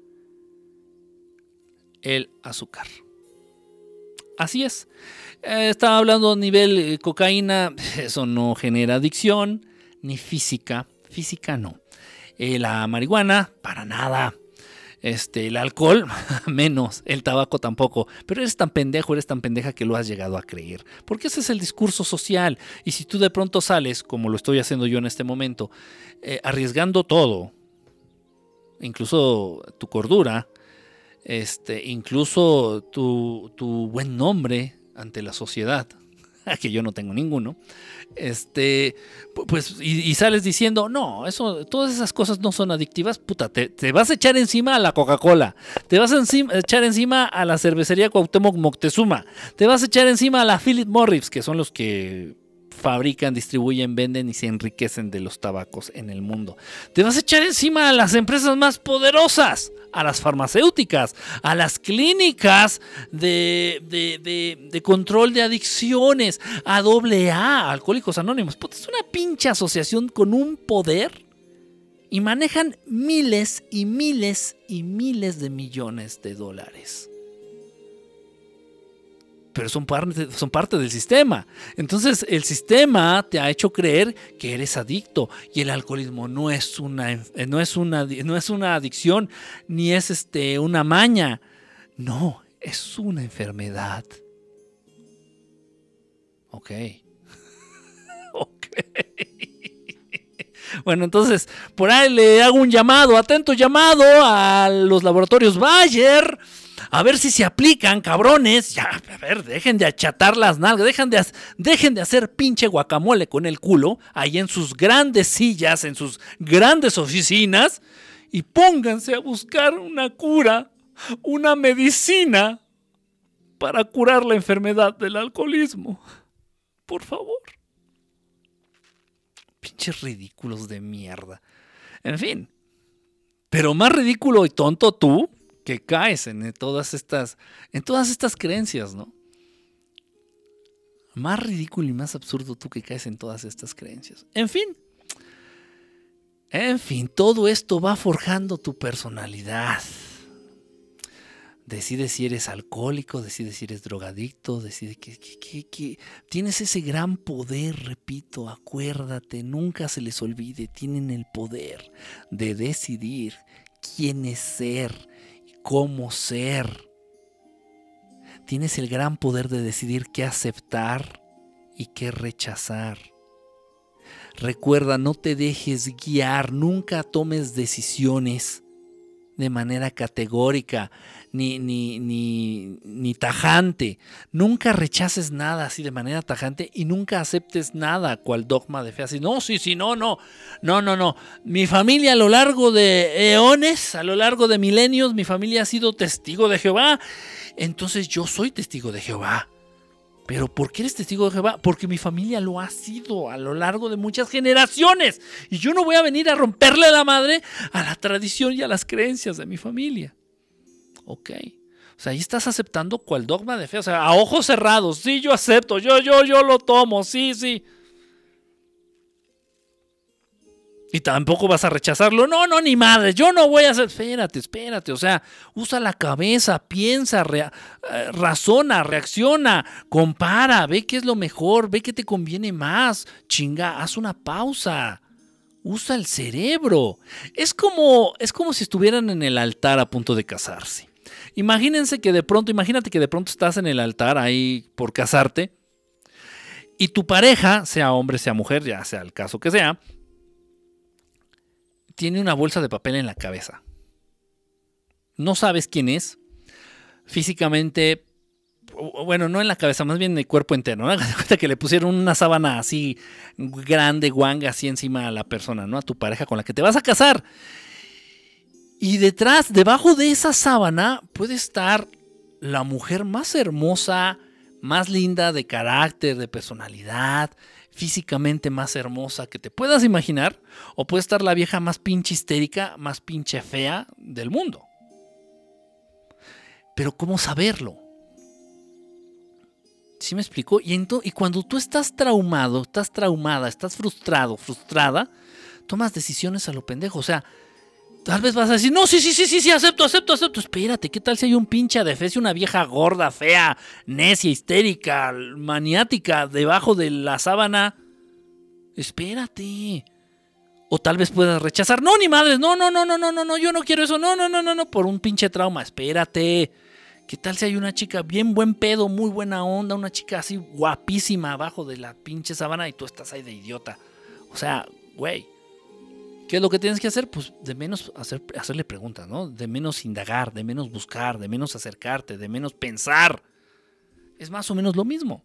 El azúcar. Así es. Estaba hablando a nivel cocaína. Eso no genera adicción. Ni física. Física no. La marihuana, para nada. El alcohol, menos. El tabaco tampoco. Pero eres tan pendejo, eres tan pendeja que lo has llegado a creer. Porque ese es el discurso social. Y si tú de pronto sales, como lo estoy haciendo yo en este momento, arriesgando todo, incluso tu cordura, incluso tu buen nombre ante la sociedad, que yo no tengo ninguno, pues y sales diciendo, no, todas esas cosas no son adictivas, puta, te vas a echar encima a la Coca-Cola, te vas a echar encima a la cervecería Cuauhtémoc Moctezuma, te vas a echar encima a la Philip Morris, que son los que fabrican, distribuyen, venden y se enriquecen de los tabacos en el mundo. Te vas a echar encima a las empresas más poderosas, a las farmacéuticas, a las clínicas de control de adicciones, a AA, Alcohólicos Anónimos. Puta, es una pinche asociación con un poder y manejan miles y miles y miles de millones de dólares. Pero son parte del sistema. Entonces el sistema te ha hecho creer que eres adicto y el alcoholismo no es una adicción ni es una maña. No, es una enfermedad. Ok. Bueno, entonces por ahí le hago un llamado, atento llamado a los laboratorios Bayer. A ver si se aplican, cabrones. Ya, a ver, dejen de achatar las nalgas. Dejen de hacer pinche guacamole con el culo. Ahí en sus grandes sillas, en sus grandes oficinas. Y pónganse a buscar una cura, una medicina para curar la enfermedad del alcoholismo. Por favor. Pinches ridículos de mierda. En fin. Pero más ridículo y tonto tú que caes en todas estas creencias, ¿no? Más ridículo y más absurdo tú que caes en todas estas creencias. En fin, todo esto va forjando tu personalidad. Decide si eres alcohólico, decide si eres drogadicto, decide que tienes ese gran poder, repito, acuérdate, nunca se les olvide, tienen el poder de decidir quién es ser y cómo ser. Tienes el gran poder de decidir qué aceptar y qué rechazar. Recuerda, no te dejes guiar, nunca tomes decisiones de manera categórica ni tajante. Nunca rechaces nada así de manera tajante y nunca aceptes nada cual dogma de fe. Así, no, sí, no. Mi familia a lo largo de eones, a lo largo de milenios, mi familia ha sido testigo de Jehová. Entonces yo soy testigo de Jehová. ¿Pero por qué eres testigo de Jehová? Porque mi familia lo ha sido a lo largo de muchas generaciones. Y yo no voy a venir a romperle la madre a la tradición y a las creencias de mi familia. Ok. O sea, ahí estás aceptando cual dogma de fe. O sea, a ojos cerrados. Sí, yo acepto. Yo lo tomo. Sí. Y tampoco vas a rechazarlo. No, ni madre. Yo no voy a hacer. Espérate. O sea, usa la cabeza, piensa, razona, reacciona, compara, ve qué es lo mejor, ve qué te conviene más. Chinga, haz una pausa. Usa el cerebro. Es como si estuvieran en el altar a punto de casarse. Imagínate que de pronto estás en el altar ahí por casarte y tu pareja, sea hombre, sea mujer, ya sea el caso que sea, tiene una bolsa de papel en la cabeza. No sabes quién es. Físicamente, bueno, no en la cabeza, más bien en el cuerpo entero, ¿no? Haz cuenta que le pusieron una sábana así grande, guanga, así encima a la persona, ¿no? A tu pareja con la que te vas a casar. Y debajo de esa sábana puede estar la mujer más hermosa, más linda de carácter, de personalidad, físicamente más hermosa que te puedas imaginar, o puede estar la vieja más pinche histérica, más pinche fea del mundo. Pero ¿cómo saberlo? ¿Sí me explico? Y cuando tú estás traumado, estás traumada, estás frustrado, frustrada, tomas decisiones a lo pendejo. O sea, tal vez vas a decir, no, sí, acepto. Espérate, ¿qué tal si hay un pinche adefesio, una vieja gorda, fea, necia, histérica, maniática debajo de la sábana? Espérate. O tal vez puedas rechazar, no, ni madres, no, yo no quiero eso, no, por un pinche trauma. Espérate. ¿Qué tal si hay una chica bien buen pedo, muy buena onda, una chica así guapísima abajo de la pinche sábana y tú estás ahí de idiota? O sea, güey. ¿Qué es lo que tienes que hacer? Pues de menos hacerle preguntas, ¿no? De menos indagar, de menos buscar, de menos acercarte, de menos pensar. Es más o menos lo mismo.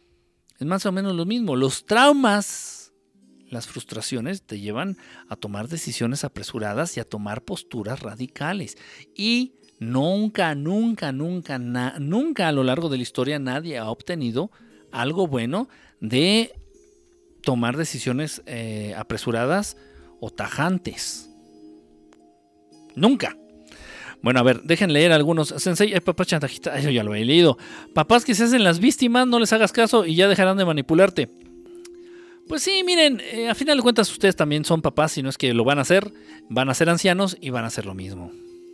Los traumas, las frustraciones te llevan a tomar decisiones apresuradas y a tomar posturas radicales. Y nunca a lo largo de la historia nadie ha obtenido algo bueno de tomar decisiones apresuradas o tajantes. Nunca. Bueno, a ver, dejen leer algunos. Sensei, papás chantajistas. Yo ya lo he leído. Papás que se hacen las víctimas, no les hagas caso y ya dejarán de manipularte. Pues sí, miren, a final de cuentas ustedes también son papás, si no es que lo van a ser ancianos y van a hacer lo mismo.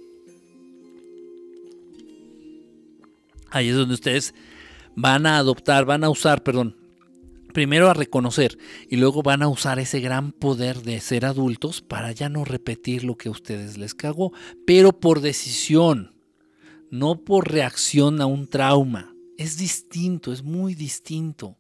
Ahí es donde ustedes van a usar, primero a reconocer y luego van a usar ese gran poder de ser adultos para ya no repetir lo que a ustedes les cagó, pero por decisión, no por reacción a un trauma. Es distinto, es muy distinto.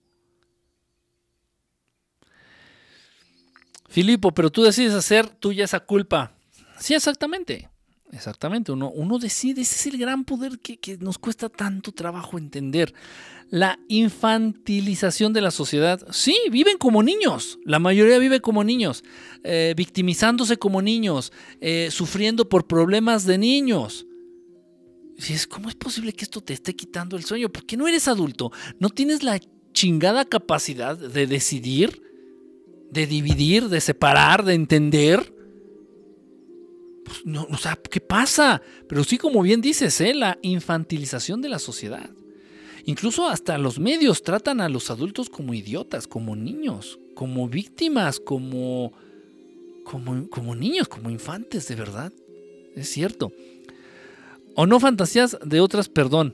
Filipo, pero tú decides hacer tuya esa culpa. Sí, exactamente. Uno decide, ese es el gran poder que nos cuesta tanto trabajo entender. La infantilización de la sociedad. Sí, viven como niños. La mayoría vive como niños, victimizándose como niños, sufriendo por problemas de niños. ¿Cómo es posible que esto te esté quitando el sueño? ¿Por qué no eres adulto? ¿No tienes la chingada capacidad de decidir, de dividir, de separar, de entender? Pues no, o sea, ¿qué pasa? Pero sí, como bien dices, la infantilización de la sociedad. Incluso hasta los medios tratan a los adultos como idiotas, como niños, como víctimas, como niños, como infantes, de verdad. Es cierto. O no fantasías de otras, perdón.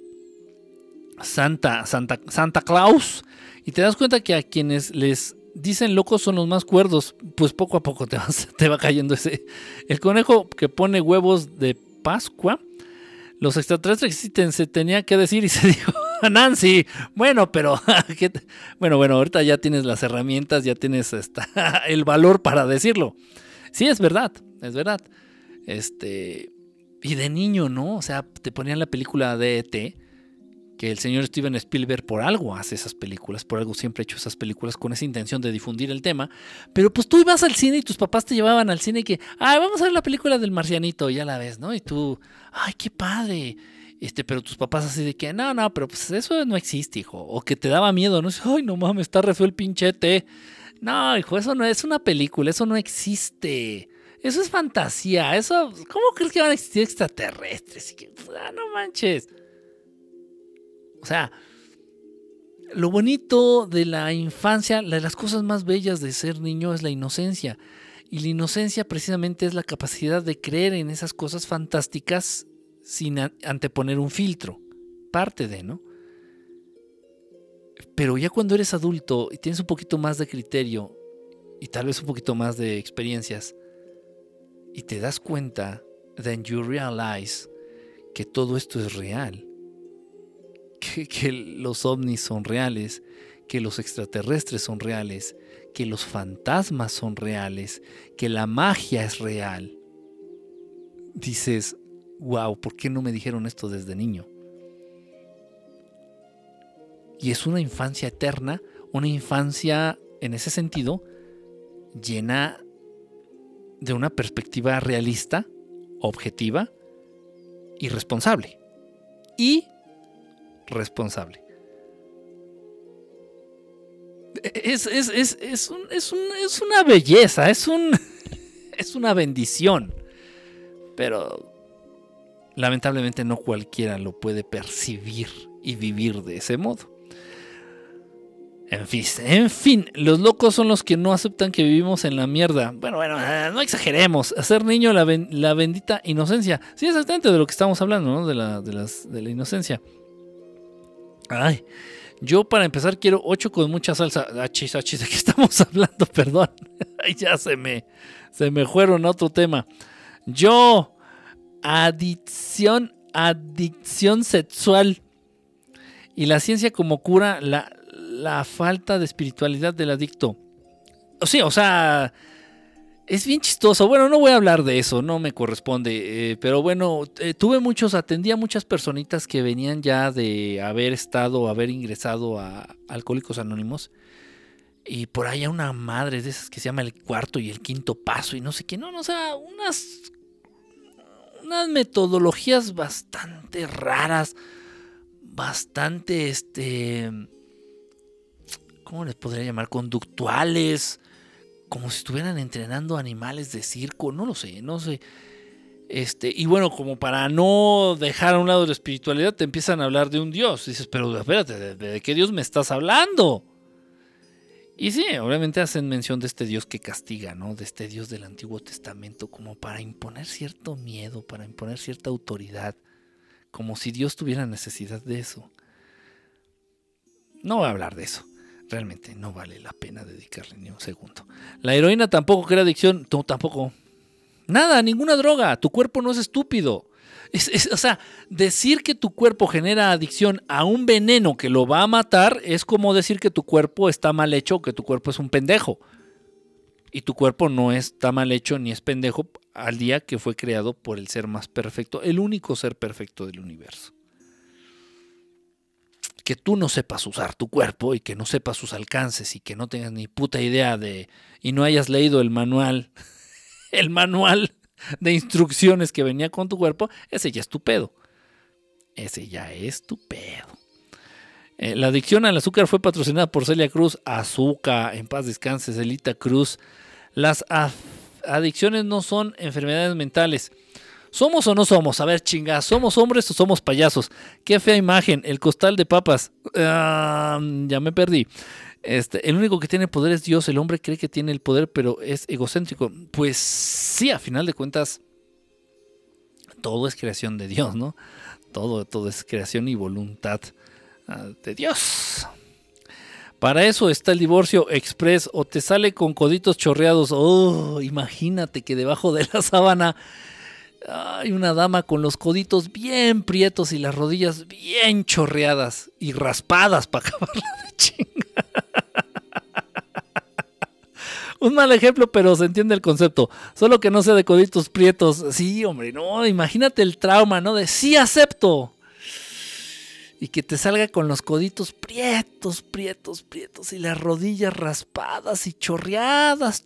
Santa Claus. Y te das cuenta que a quienes les dicen locos son los más cuerdos. Pues poco a poco te va cayendo ese. El conejo que pone huevos de Pascua. Los extraterrestres existen, se tenía que decir y se dijo a Nancy. Bueno, pero bueno, ahorita ya tienes las herramientas, ya tienes el valor para decirlo. Sí, es verdad, es verdad. Y de niño, ¿no? O sea, te ponían la película de E.T., que el señor Steven Spielberg por algo hace esas películas, por algo siempre ha hecho esas películas con esa intención de difundir el tema, pero pues tú ibas al cine y tus papás te llevaban al cine y que, vamos a ver la película del marcianito, y ya la ves, ¿no? Y tú, ¡ay, qué padre! Pero tus papás así de que, no, pero pues eso no existe, hijo, o que te daba miedo, ¿no? ¡Ay, no mames, está re feo el pinchete! No, hijo, eso no es una película, eso no existe. Eso es fantasía, eso, ¿cómo crees que van a existir extraterrestres? Y que, no manches. O sea, lo bonito de la infancia, de las cosas más bellas de ser niño es la inocencia. Y la inocencia precisamente es la capacidad de creer en esas cosas fantásticas sin anteponer un filtro. Parte de, ¿no? Pero ya cuando eres adulto y tienes un poquito más de criterio y tal vez un poquito más de experiencias y te das cuenta, then you realize que todo esto es real. Que los ovnis son reales, que los extraterrestres son reales, que los fantasmas son reales, que la magia es real. Dices, wow, ¿por qué no me dijeron esto desde niño? Y es una infancia eterna, una infancia en ese sentido llena de una perspectiva realista, objetiva y responsable. Responsable. Es una belleza, es una bendición, pero lamentablemente no cualquiera lo puede percibir y vivir de ese modo. En fin, los locos son los que no aceptan que vivimos en la mierda. Bueno, no exageremos. Ser niño, la bendita inocencia. Sí, exactamente de lo que estamos hablando, ¿no? De la inocencia. Ay, yo para empezar quiero 8 con mucha salsa. Achis, ¿de qué estamos hablando? Perdón. Ay, ya se me fueron a otro tema. Yo, adicción sexual. Y la ciencia como cura la falta de espiritualidad del adicto. Sí, o sea, es bien chistoso. Bueno, no voy a hablar de eso, no me corresponde. Pero bueno, atendí a muchas personitas que venían ya de haber ingresado a Alcohólicos Anónimos. Y por ahí hay una madre de esas que se llama el cuarto y el quinto paso y no sé qué. No, o sea, unas metodologías bastante raras. Bastante, ¿cómo les podría llamar? Conductuales, como si estuvieran entrenando animales de circo, no sé. Y bueno, como para no dejar a un lado la espiritualidad, te empiezan a hablar de un Dios. Dices, pero espérate, ¿de qué Dios me estás hablando? Y sí, obviamente hacen mención de este Dios que castiga, ¿no? De este Dios del Antiguo Testamento, como para imponer cierto miedo, para imponer cierta autoridad. Como si Dios tuviera necesidad de eso. No voy a hablar de eso. Realmente no vale la pena dedicarle ni un segundo. La heroína tampoco crea adicción. No, tampoco. Nada, ninguna droga. Tu cuerpo no es estúpido. O sea, decir que tu cuerpo genera adicción a un veneno que lo va a matar es como decir que tu cuerpo está mal hecho o que tu cuerpo es un pendejo. Y tu cuerpo no está mal hecho ni es pendejo al día que fue creado por el ser más perfecto, el único ser perfecto del universo. Que tú no sepas usar tu cuerpo y que no sepas sus alcances y que no tengas ni puta idea y no hayas leído el manual de instrucciones que venía con tu cuerpo, ese ya es tu pedo. La adicción al azúcar fue patrocinada por Celia Cruz. Azúcar, en paz descanse, Celita Cruz. Las adicciones no son enfermedades mentales. ¿Somos o no somos? A ver, chinga, ¿somos hombres o somos payasos? Qué fea imagen, el costal de papas. Ya me perdí. El único que tiene poder es Dios. El hombre cree que tiene el poder, pero es egocéntrico. Pues sí, a final de cuentas, todo es creación de Dios, ¿no? Todo es creación y voluntad de Dios. Para eso está el divorcio express, o te sale con coditos chorreados. Oh, imagínate que debajo de la sábana hay una dama con los coditos bien prietos y las rodillas bien chorreadas y raspadas para acabarla de chingar. Un mal ejemplo, pero se entiende el concepto. Solo que no sea de coditos prietos. Sí, hombre, no, imagínate el trauma, ¿no? De sí acepto. Y que te salga con los coditos prietos y las rodillas raspadas y chorreadas.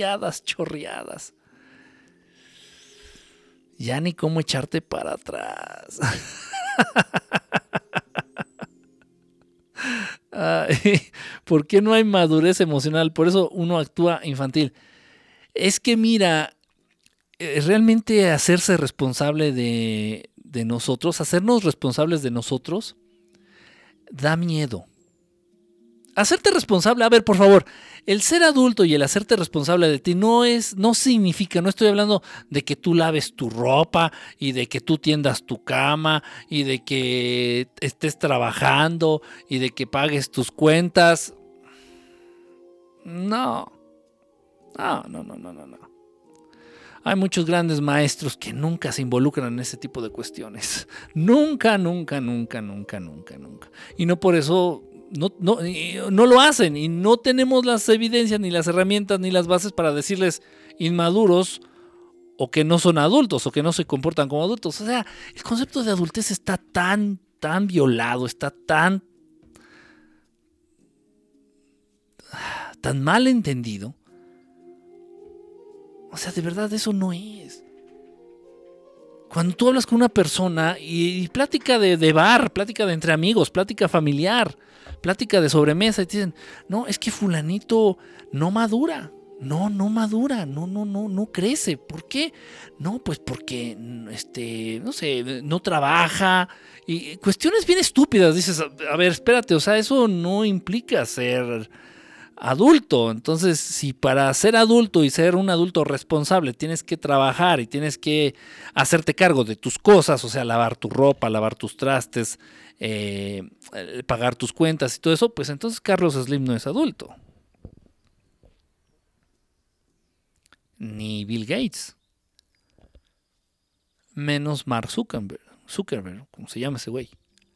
Ya ni cómo echarte para atrás. ¿Por qué no hay madurez emocional? Por eso uno actúa infantil. Es que mira, realmente hacerse responsable de nosotros, hacernos responsables de nosotros, da miedo. Hacerte responsable, a ver, por favor, el ser adulto y el hacerte responsable de ti no significa, no estoy hablando de que tú laves tu ropa y de que tú tiendas tu cama y de que estés trabajando y de que pagues tus cuentas. No. Hay muchos grandes maestros que nunca se involucran en ese tipo de cuestiones. Nunca. Y no por eso no lo hacen, y no tenemos las evidencias, ni las herramientas, ni las bases para decirles inmaduros o que no son adultos o que no se comportan como adultos. O sea, el concepto de adultez está tan violado, está tan mal entendido. O sea, de verdad eso no es. Cuando tú hablas con una persona y plática de bar, plática de entre amigos, plática familiar, plática de sobremesa, y te dicen, no, es que fulanito no madura, no madura, no crece. ¿Por qué? No, pues porque, no sé, no trabaja. Y cuestiones bien estúpidas. Dices, a ver, espérate, o sea, eso no implica ser adulto. Entonces, si para ser adulto y ser un adulto responsable tienes que trabajar y tienes que hacerte cargo de tus cosas, o sea, lavar tu ropa, lavar tus trastes, pagar tus cuentas y todo eso, pues entonces Carlos Slim no es adulto. Ni Bill Gates. Menos Mark Zuckerberg, como se llama ese güey.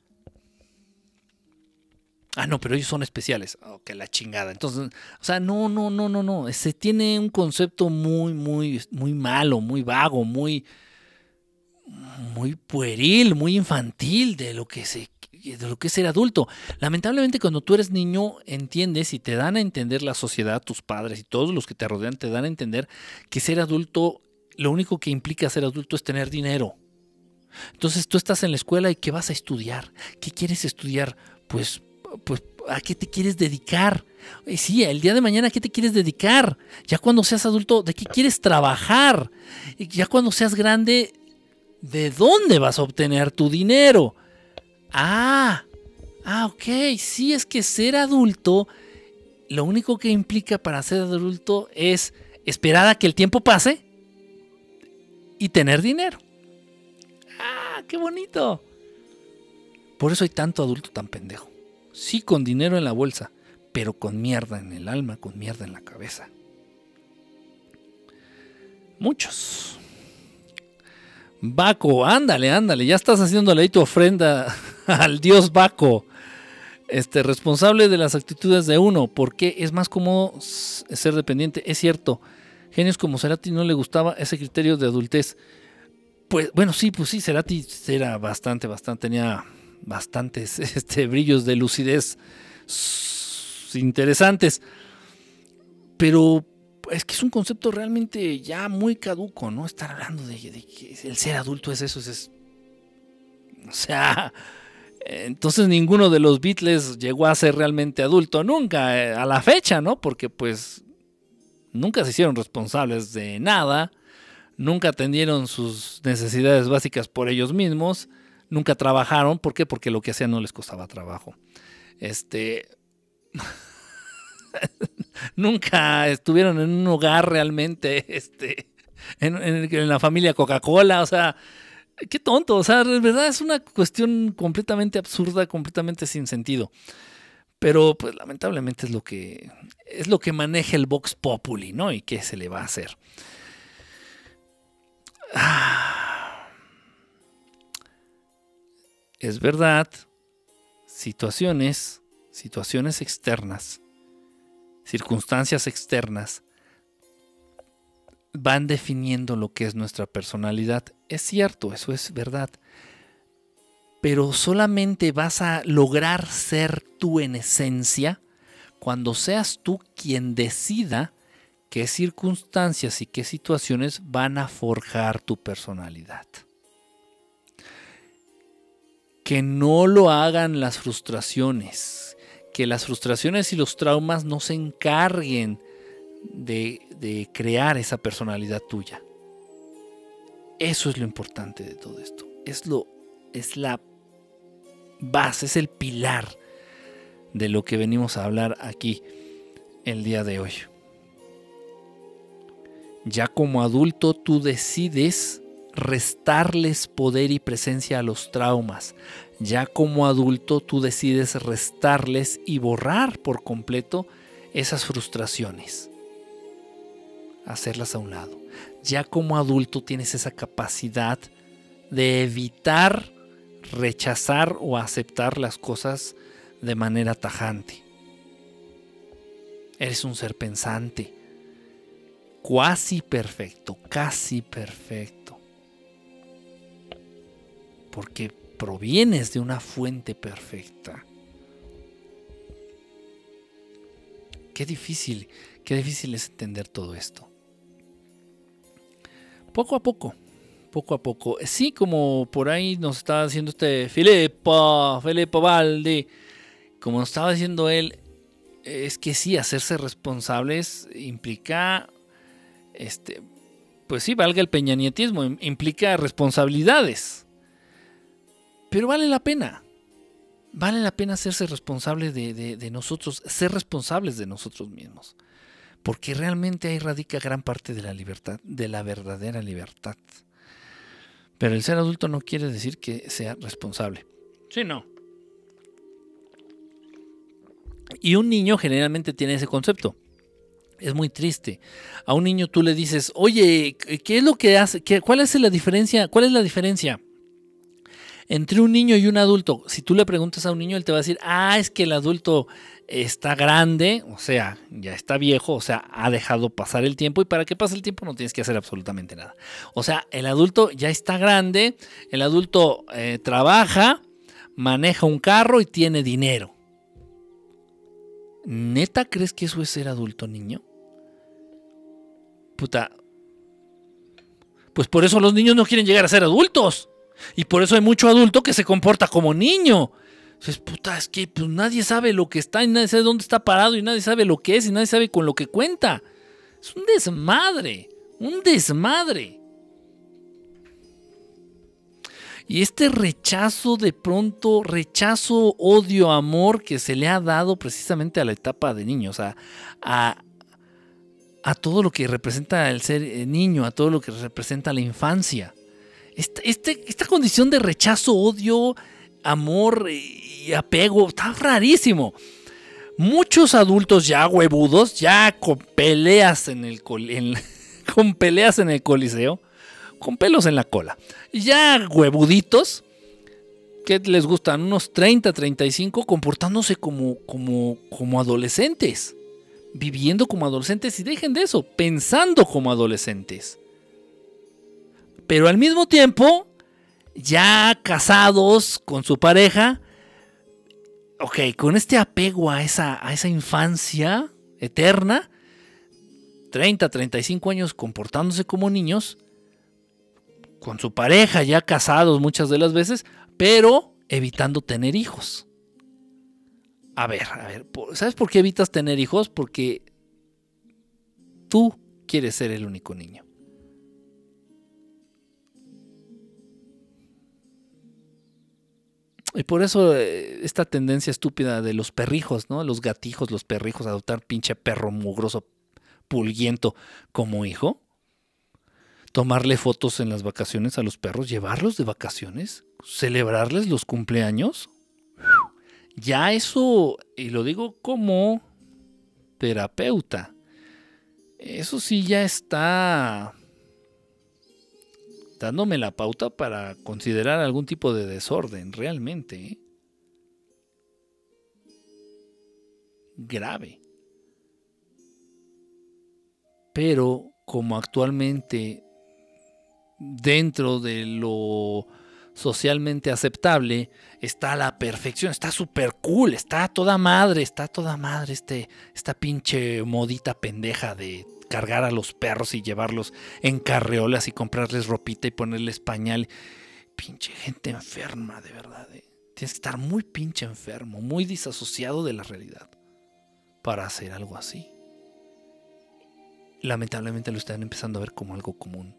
Ah, no, pero ellos son especiales. Oh, que la chingada. Entonces, o sea, no. Se tiene un concepto muy malo, muy vago, muy pueril, muy infantil de lo que es ser adulto. Lamentablemente, cuando tú eres niño, entiendes y te dan a entender la sociedad, tus padres y todos los que te rodean, te dan a entender que ser adulto, lo único que implica ser adulto es tener dinero. Entonces, tú estás en la escuela y ¿qué vas a estudiar? ¿Qué quieres estudiar? Pues ¿a qué te quieres dedicar? Sí, el día de mañana, ¿a qué te quieres dedicar? Ya cuando seas adulto, ¿de qué quieres trabajar? Y ya cuando seas grande, ¿de dónde vas a obtener tu dinero? Ok, sí, es que ser adulto, lo único que implica para ser adulto es esperar a que el tiempo pase y tener dinero. ¡Qué bonito! Por eso hay tanto adulto tan pendejo. Sí, con dinero en la bolsa, pero con mierda en el alma, con mierda en la cabeza. Muchos. Baco, ándale, ya estás haciéndole ahí tu ofrenda al dios Baco. Responsable de las actitudes de uno, porque es más cómodo ser dependiente. Es cierto, genios como Cerati no le gustaba ese criterio de adultez. Pues sí, Cerati era bastante, tenía bastantes brillos de lucidez interesantes, pero es que es un concepto realmente ya muy caduco, ¿no? Estar hablando de que el ser adulto es eso, o sea, entonces ninguno de los Beatles llegó a ser realmente adulto nunca, a la fecha, ¿no? Porque pues Nunca se hicieron responsables de nada, nunca atendieron sus necesidades básicas por ellos mismos, nunca trabajaron. ¿Por qué? Porque lo que hacían no les costaba trabajo. Nunca estuvieron en un hogar realmente, en la familia Coca-Cola. O sea, qué tonto. O sea, de verdad es una cuestión completamente absurda, completamente sin sentido. Pero pues lamentablemente es lo que maneja el Vox Populi, ¿no? ¿Y qué se le va a hacer? Es verdad, situaciones externas, circunstancias externas van definiendo lo que es nuestra personalidad. Es cierto, eso es verdad. Pero solamente vas a lograr ser tú en esencia cuando seas tú quien decida qué circunstancias y qué situaciones van a forjar tu personalidad. Que no lo hagan las frustraciones, que las frustraciones y los traumas no se encarguen de crear esa personalidad tuya. Eso es lo importante de todo esto. Es la base, es el pilar de lo que venimos a hablar aquí el día de hoy. Ya como adulto tú decides restarles poder y presencia a los traumas. Ya como adulto tú decides restarles y borrar por completo esas frustraciones. Hacerlas a un lado. Ya como adulto tienes esa capacidad de evitar rechazar o aceptar las cosas de manera tajante. Eres un ser pensante, casi perfecto, porque provienes de una fuente perfecta. Qué difícil es entender todo esto. Poco a poco. Sí, como por ahí nos estaba diciendo Filippo Valdi, como nos estaba diciendo él, es que sí, hacerse responsables implica, pues sí, valga el peñanietismo, implica responsabilidades. Pero vale la pena hacerse responsable de nosotros, ser responsables de nosotros mismos. Porque realmente ahí radica gran parte de la libertad, de la verdadera libertad. Pero el ser adulto no quiere decir que sea responsable. Sí, no. Y un niño generalmente tiene ese concepto. Es muy triste. A un niño tú le dices, oye, ¿qué es lo que hace? ¿Cuál es la diferencia? ¿Cuál es la diferencia entre un niño y un adulto? Si tú le preguntas a un niño, él te va a decir, es que el adulto está grande, o sea, ya está viejo, o sea, ha dejado pasar el tiempo, y para que pase el tiempo no tienes que hacer absolutamente nada. O sea, el adulto ya está grande, el adulto trabaja, maneja un carro y tiene dinero. ¿Neta crees que eso es ser adulto, niño? Puta. Pues por eso los niños no quieren llegar a ser adultos. Y por eso hay mucho adulto que se comporta como niño. Es que pues nadie sabe lo que está y nadie sabe dónde está parado y nadie sabe lo que es y nadie sabe con lo que cuenta. Es un desmadre. Y este rechazo de pronto, odio, amor que se le ha dado precisamente a la etapa de niño, o sea, a todo lo que representa el ser niño, a todo lo que representa la infancia. Esta condición de rechazo, odio, amor y apego está rarísimo. Muchos adultos ya huevudos, ya con peleas en el coliseo, con pelos en la cola, ya huevuditos, que les gustan unos 30, 35, comportándose como adolescentes, viviendo como adolescentes, y dejen de eso, pensando como adolescentes. Pero al mismo tiempo, ya casados con su pareja, con este apego a esa infancia eterna, 30, 35 años comportándose como niños, con su pareja, ya casados muchas de las veces, pero evitando tener hijos. A ver, ¿sabes por qué evitas tener hijos? Porque tú quieres ser el único niño. Y por eso esta tendencia estúpida de los perrijos, ¿no? Los gatijos, los perrijos, adoptar pinche perro mugroso, pulguiento como hijo. Tomarle fotos en las vacaciones a los perros, llevarlos de vacaciones, celebrarles los cumpleaños. Ya eso, y lo digo como terapeuta, eso sí ya está dándome la pauta para considerar algún tipo de desorden realmente, ¿eh? Grave. Pero como actualmente dentro de lo socialmente aceptable está la perfección, está súper cool, está toda madre esta pinche modita pendeja de cargar a los perros y llevarlos en carreolas y comprarles ropita y ponerles pañal. Pinche gente enferma, de verdad. Tienes que estar muy pinche enfermo, muy disasociado de la realidad para hacer algo así. Lamentablemente lo están empezando a ver como algo común.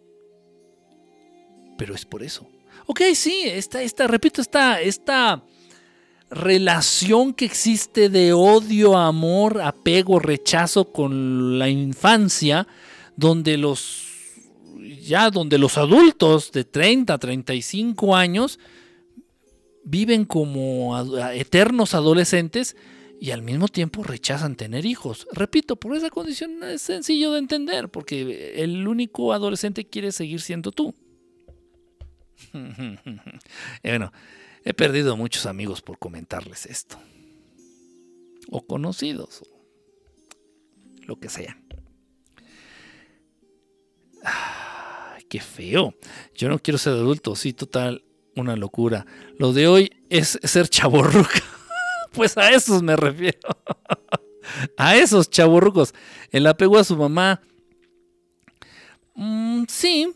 Pero es por eso. Ok, sí, repito, esta relación que existe de odio, amor, apego, rechazo con la infancia, donde los adultos de 30, 35 años viven como eternos adolescentes y al mismo tiempo rechazan tener hijos. Repito, por esa condición es sencillo de entender, porque el único adolescente quiere seguir siendo tú. Bueno, he perdido muchos amigos por comentarles esto. O conocidos. O lo que sea. Ay, qué feo. Yo no quiero ser adulto. Sí, total, una locura. Lo de hoy es ser chavorruca. Pues a esos me refiero. A esos chavorrucos. El apego a su mamá. Sí.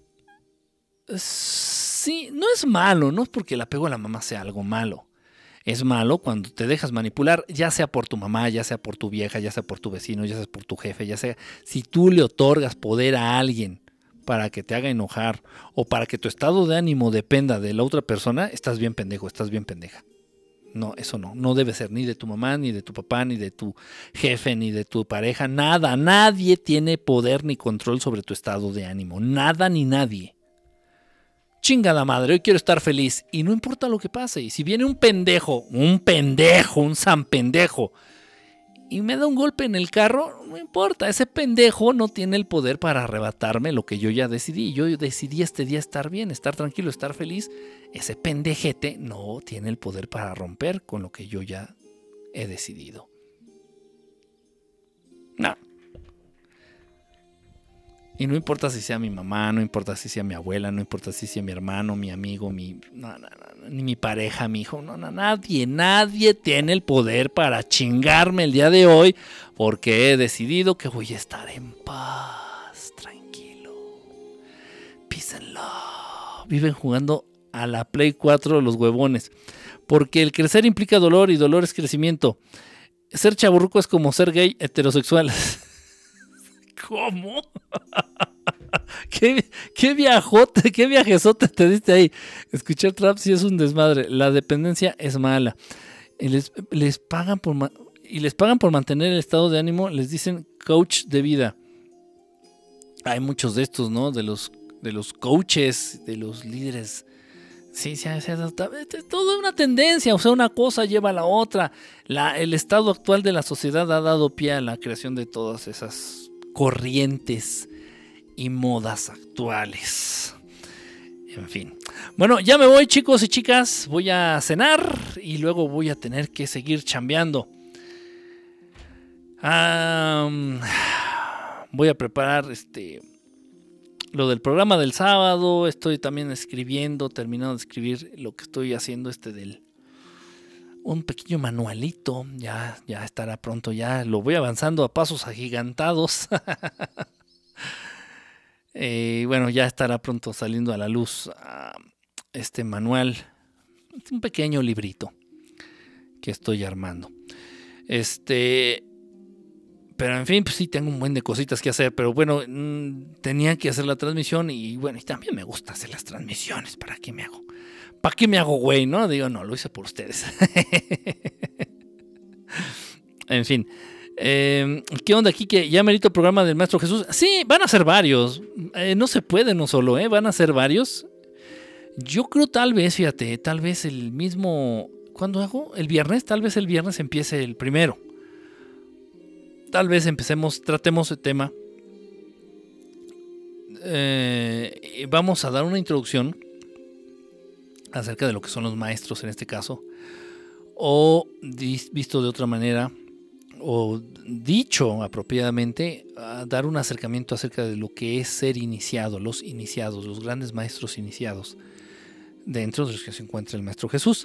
Sí, no es malo, no es porque el apego a la mamá sea algo malo. Es malo cuando te dejas manipular, ya sea por tu mamá, ya sea por tu vieja, ya sea por tu vecino, ya sea por tu jefe, ya sea si tú le otorgas poder a alguien para que te haga enojar o para que tu estado de ánimo dependa de la otra persona, estás bien pendejo, estás bien pendeja. No, eso no debe ser ni de tu mamá, ni de tu papá, ni de tu jefe, ni de tu pareja, nada, nadie tiene poder ni control sobre tu estado de ánimo, nada ni nadie. Chingada madre, hoy quiero estar feliz y no importa lo que pase. Y si viene un san pendejo y me da un golpe en el carro, no importa, ese pendejo no tiene el poder para arrebatarme lo que yo ya decidí. Yo decidí este día estar bien, estar tranquilo, estar feliz. Ese pendejete no tiene el poder para romper con lo que yo ya he decidido. No. Y no importa si sea mi mamá, no importa si sea mi abuela, no importa si sea mi hermano, mi amigo, ni mi pareja, mi hijo. Nadie tiene el poder para chingarme el día de hoy porque he decidido que voy a estar en paz, tranquilo. Peace and love. Viven jugando a la Play 4 los huevones. Porque el crecer implica dolor y dolor es crecimiento. Ser chaburruco es como ser gay heterosexual. ¿Cómo? ¿Qué viajote, qué viajezote te diste ahí? Escuchar trap sí es un desmadre. La dependencia es mala. Y les pagan por mantener el estado de ánimo. Les dicen coach de vida. Hay muchos de estos, ¿no? De los coaches, de los líderes. Sí, toda una tendencia, o sea, una cosa lleva a la otra. El estado actual de la sociedad ha dado pie a la creación de todas esas corrientes y modas actuales. En fin. Bueno, ya me voy, chicos y chicas. Voy a cenar y luego voy a tener que seguir chambeando. Voy a preparar lo del programa del sábado. Estoy también terminando de escribir lo que estoy haciendo un pequeño manualito, ya estará pronto, ya lo voy avanzando a pasos agigantados. Bueno, ya estará pronto saliendo a la luz este manual, un pequeño librito que estoy armando. Pero en fin, pues sí, tengo un buen de cositas que hacer. Pero bueno, tenía que hacer la transmisión y bueno, y también me gusta hacer las transmisiones. ¿Para qué me hago? ¿Para qué me hago güey, no? Digo, no, lo hice por ustedes. En fin. ¿Qué onda aquí? Que ya merito programa del Maestro Jesús. Sí, van a ser varios. No se puede no solo, van a ser varios. Yo creo tal vez, fíjate, tal vez el mismo... ¿Cuándo hago? El viernes, tal vez el viernes empiece el primero. Tal vez tratemos el tema. Vamos a dar una introducción acerca de lo que son los maestros en este caso. O visto de otra manera, o dicho apropiadamente, a dar un acercamiento acerca de lo que es ser iniciado, los iniciados, los grandes maestros iniciados, dentro de los que se encuentra el Maestro Jesús,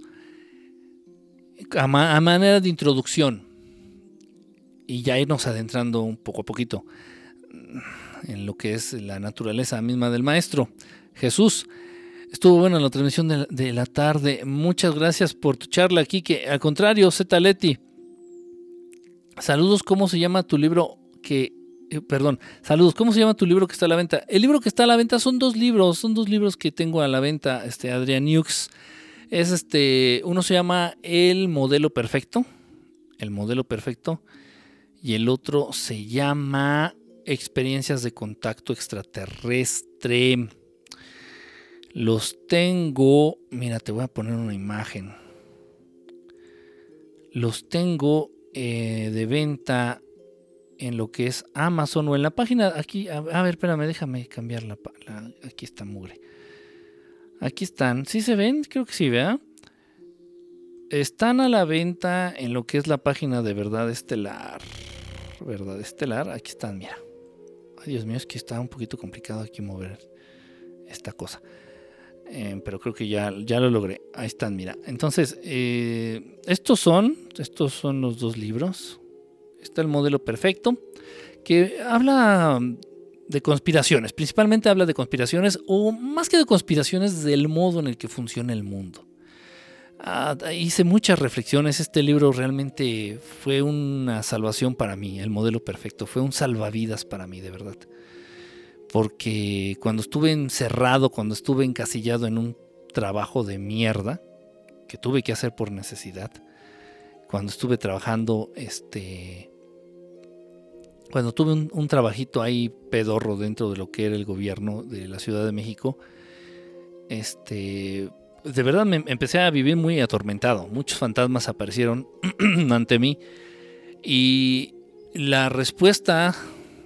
a manera de introducción, y ya irnos adentrando un poco a poquito en lo que es la naturaleza misma del Maestro Jesús. Estuvo buena la transmisión de la tarde. Muchas gracias por tu charla aquí, que al contrario, Zeta Leti. Saludos, ¿cómo se llama tu libro Saludos, ¿cómo se llama tu libro que está a la venta? El libro que está a la venta son dos libros que tengo a la venta, Adrián Nukes. Es uno se llama El Modelo Perfecto, y el otro se llama Experiencias de Contacto Extraterrestre. Los tengo, mira, te voy a poner una imagen. Los tengo de venta en lo que es Amazon o en la página aquí. A ver, espérame, déjame cambiar aquí está mugre. Aquí están, ¿sí se ven? Creo que sí, ¿verdad? Están a la venta en lo que es la página de Verdad Estelar. Aquí están, mira. Ay, Dios mío, es que está un poquito complicado aquí mover esta cosa. Pero creo que ya lo logré. Ahí están, mira. Entonces, estos son los dos libros. Está El Modelo Perfecto, que habla de conspiraciones. Principalmente habla de conspiraciones, o más que de conspiraciones, del modo en el que funciona el mundo. Hice muchas reflexiones. Este libro realmente fue una salvación para mí. El Modelo Perfecto fue un salvavidas para mí, de verdad. Porque cuando estuve encerrado, cuando estuve encasillado en un trabajo de mierda que tuve que hacer por necesidad, cuando estuve trabajando, cuando tuve un trabajito ahí pedorro dentro de lo que era el gobierno de la Ciudad de México, de verdad me empecé a vivir muy atormentado. Muchos fantasmas aparecieron ante mí y la respuesta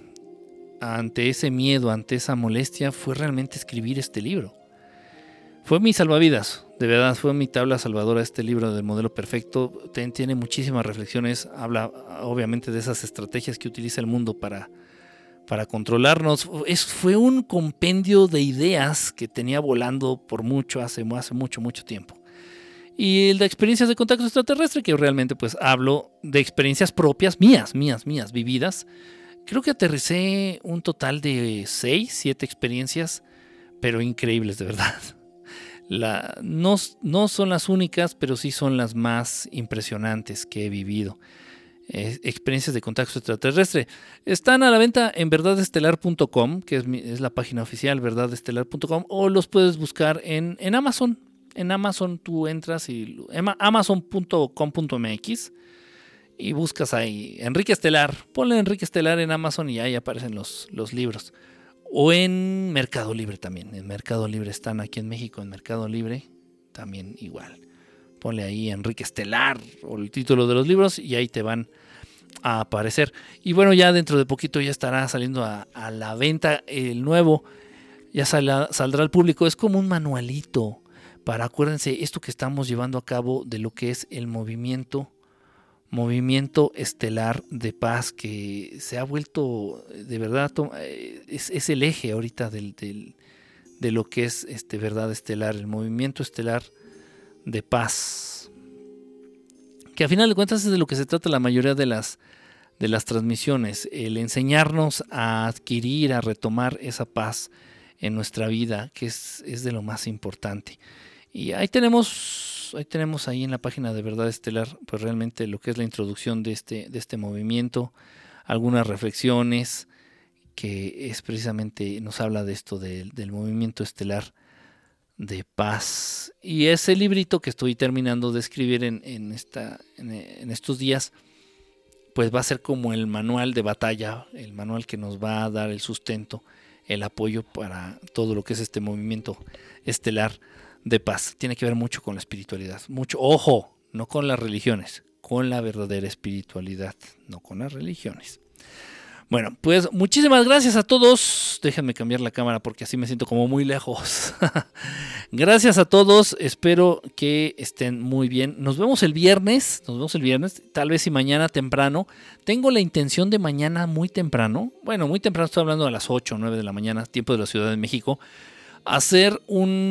ante ese miedo, ante esa molestia, fue realmente escribir este libro. Fue mi salvavidas, de verdad, fue mi tabla salvadora este libro del Modelo Perfecto. Tiene muchísimas reflexiones, habla obviamente de esas estrategias que utiliza el mundo para controlarnos. Fue un compendio de ideas que tenía volando por hace mucho tiempo. Y el de experiencias de contacto extraterrestre, que realmente pues hablo de experiencias propias, mías, vividas. Creo que aterricé un total de 6, 7 experiencias, pero increíbles, de verdad. No son las únicas, pero sí son las más impresionantes que he vivido. Experiencias de contacto extraterrestre. Están a la venta en verdadestelar.com, que es la página oficial, verdadestelar.com, o los puedes buscar en Amazon. En Amazon tú entras amazon.com.mx y buscas ahí Enrique Estelar. Ponle Enrique Estelar en Amazon y ahí aparecen los libros. O en Mercado Libre también. En Mercado Libre están aquí en México. En Mercado Libre también igual. Ponle ahí Enrique Estelar o el título de los libros y ahí te van a aparecer. Y bueno, ya dentro de poquito ya estará saliendo a la venta el nuevo. Ya saldrá al público. Es como un manualito para, acuérdense, esto que estamos llevando a cabo de lo que es el movimiento estelar de paz, que se ha vuelto de verdad, es el eje ahorita de lo que es verdad estelar, el movimiento estelar de paz, que a final de cuentas es de lo que se trata la mayoría de las transmisiones, el enseñarnos a adquirir, a retomar esa paz en nuestra vida, que es de lo más importante. Y ahí tenemos ahí en la página de Verdad Estelar, pues realmente lo que es la introducción de este movimiento. algunas reflexiones, que es precisamente, nos habla de esto del movimiento estelar de paz. Y ese librito que estoy terminando de escribir en estos días, pues va a ser como el manual de batalla, el manual que nos va a dar el sustento, el apoyo para todo lo que es este movimiento estelar de paz. Tiene que ver mucho con la espiritualidad, mucho, ojo, no con las religiones, con la verdadera espiritualidad, no con las religiones. Bueno, pues muchísimas gracias a todos. Déjenme cambiar la cámara porque así me siento como muy lejos. Gracias a todos. Espero que estén muy bien. Nos vemos el viernes. Tal vez si mañana temprano. Tengo la intención de mañana muy temprano. Bueno, muy temprano, estoy hablando a las 8 o 9 de la mañana, tiempo de la Ciudad de México. Hacer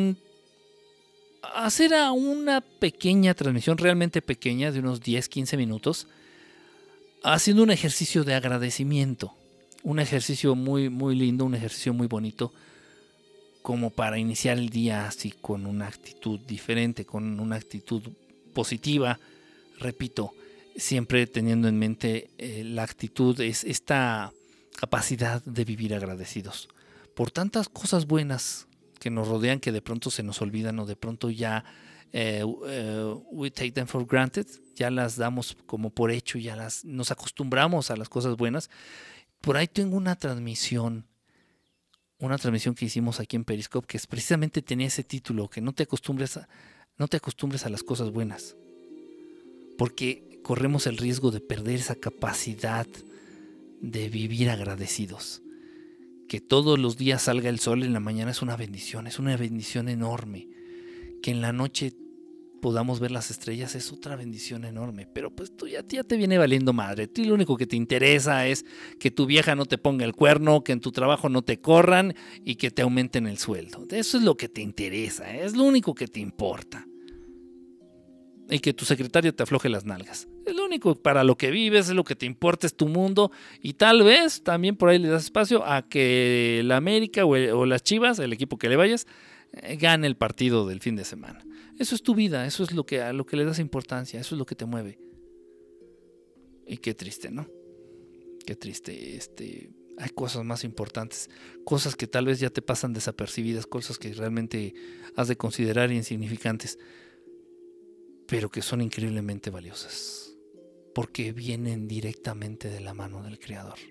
una pequeña transmisión, realmente pequeña, de unos 10-15 minutos. Haciendo un ejercicio de agradecimiento, un ejercicio muy, muy lindo, un ejercicio muy bonito, como para iniciar el día así con una actitud diferente, con una actitud positiva. Repito, siempre teniendo en mente la actitud, es esta capacidad de vivir agradecidos por tantas cosas buenas que nos rodean, que de pronto se nos olvidan o de pronto ya we take them for granted, ya las damos como por hecho, nos acostumbramos a las cosas buenas. Por ahí tengo una transmisión que hicimos aquí en Periscope, que precisamente tenía ese título, que no te acostumbres a las cosas buenas, porque corremos el riesgo de perder esa capacidad de vivir agradecidos. Que todos los días salga el sol en la mañana es una bendición enorme. Que en la noche podamos ver las estrellas es otra bendición enorme. Pero pues tú ya te viene valiendo madre. Tú lo único que te interesa es que tu vieja no te ponga el cuerno, que en tu trabajo no te corran y que te aumenten el sueldo. Eso es lo que te interesa, es lo único que te importa. Y que tu secretario te afloje las nalgas. Es lo único para lo que vives, es lo que te importa, es tu mundo. Y tal vez también por ahí le das espacio a que la América o las Chivas, el equipo que le vayas, gane el partido del fin de semana. Eso es tu vida, eso es a lo que le das importancia, eso es lo que te mueve. Y qué triste, ¿no? Qué triste. Hay cosas más importantes, cosas que tal vez ya te pasan desapercibidas, cosas que realmente has de considerar insignificantes, pero que son increíblemente valiosas, porque vienen directamente de la mano del Creador.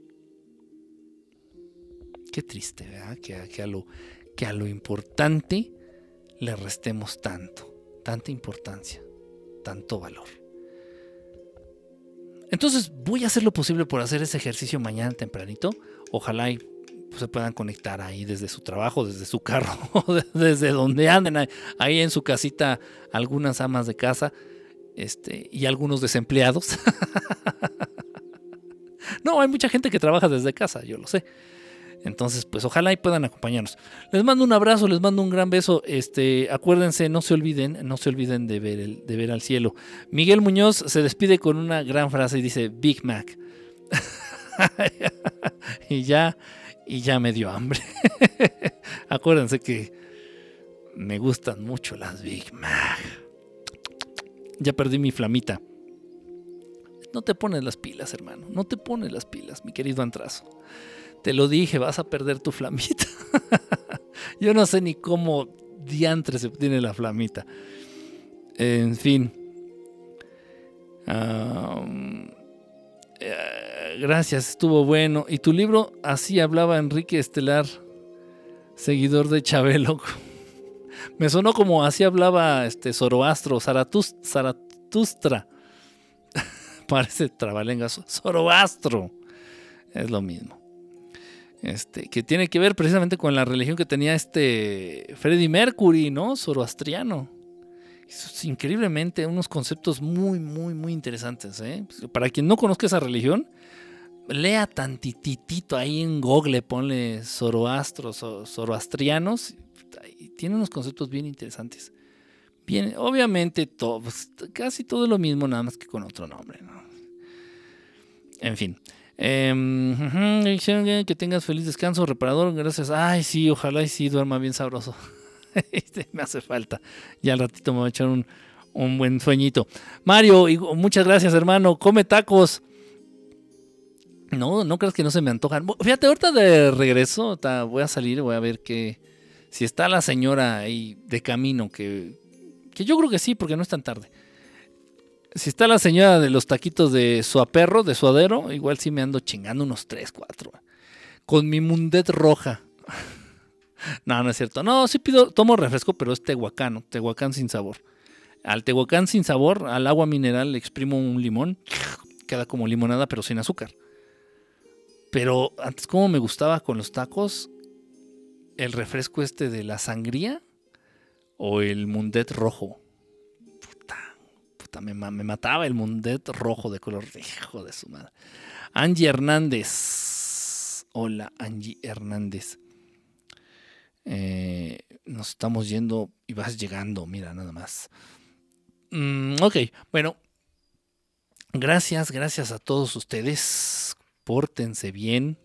Qué triste, ¿verdad? Que a lo importante le restemos tanta importancia, tanto valor. Entonces voy a hacer lo posible por hacer ese ejercicio mañana tempranito. Ojalá se puedan conectar ahí desde su trabajo, desde su carro, desde donde anden, ahí en su casita, algunas amas de casa y algunos desempleados. No, hay mucha gente que trabaja desde casa, yo lo sé. Entonces, pues ojalá y puedan acompañarnos. Les mando un abrazo, les mando un gran beso. Acuérdense, no se olviden de ver al cielo. Miguel Muñoz se despide con una gran frase y dice Big Mac. y ya me dio hambre. Acuérdense que me gustan mucho las Big Mac. Ya perdí mi flamita. No te pones las pilas, hermano. No te pones las pilas, mi querido Antrazo. Te lo dije, vas a perder tu flamita. Yo no sé ni cómo diantre se obtiene la flamita. En fin. Gracias, estuvo bueno. ¿Y tu libro? Así hablaba Enrique Estelar, seguidor de Chabelo. Me sonó como así hablaba Zoroastro, Zaratustra. Parece trabalenguas. Zoroastro. Es lo mismo. Que tiene que ver precisamente con la religión que tenía Freddie Mercury, ¿no? Zoroastriano. Es increíblemente unos conceptos muy, muy, muy interesantes, ¿eh? Para quien no conozca esa religión, lea tantitito ahí en Google, ponle zoroastrianos, y tiene unos conceptos bien interesantes. Bien, obviamente casi todo es lo mismo, nada más que con otro nombre, ¿no? En fin. Que tengas feliz descanso, reparador, gracias. Ay, sí, ojalá y sí duerma bien sabroso. Me hace falta. Ya al ratito me voy a echar un buen sueñito. Mario, muchas gracias, hermano. Come tacos. No, no creas que no se me antojan. Fíjate, ahorita de regreso voy a salir, voy a ver si está la señora ahí de camino, que yo creo que sí, porque no es tan tarde. Si está la señora de los taquitos de suaperro, de suadero, igual sí me ando chingando unos 3, 4. Con mi mundet roja. No, no es cierto. No, sí tomo refresco, pero es tehuacano, tehuacán sin sabor. Al tehuacán sin sabor, al agua mineral le exprimo un limón, queda como limonada, pero sin azúcar. Pero antes, como me gustaba con los tacos, el refresco de la sangría o el mundet rojo. Puta, me mataba el mundet rojo de color, hijo de su madre. Angie Hernández. Hola, Angie Hernández. Nos estamos yendo y vas llegando, mira, nada más. Ok, bueno. Gracias a todos ustedes. Pórtense bien.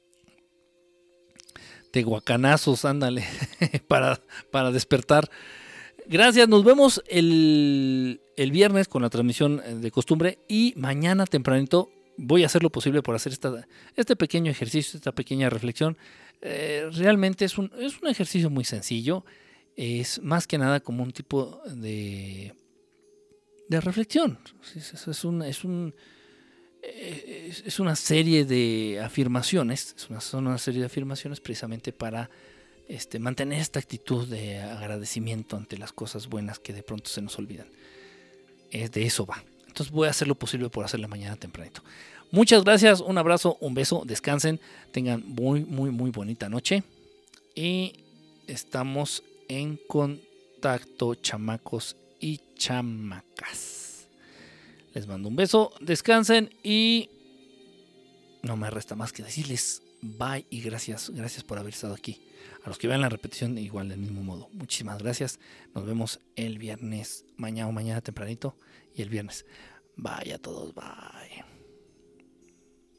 Tehuacanazos, ándale, para despertar. Gracias, nos vemos el viernes con la transmisión de costumbre y mañana tempranito voy a hacer lo posible por hacer este pequeño ejercicio, esta pequeña reflexión. Realmente es un ejercicio muy sencillo, es más que nada como un tipo de reflexión. Es una serie de afirmaciones, son una serie de afirmaciones precisamente para mantener esta actitud de agradecimiento ante las cosas buenas que de pronto se nos olvidan. De eso va. Entonces voy a hacer lo posible por hacerla mañana tempranito. Muchas gracias, un abrazo, un beso, descansen, tengan muy, muy, muy bonita noche y estamos en contacto, chamacos y chamacas. Les mando un beso, descansen y no me resta más que decirles bye y gracias por haber estado aquí. A los que vean la repetición igual del mismo modo. Muchísimas gracias. Nos vemos el viernes, mañana tempranito y el viernes. Bye a todos, bye.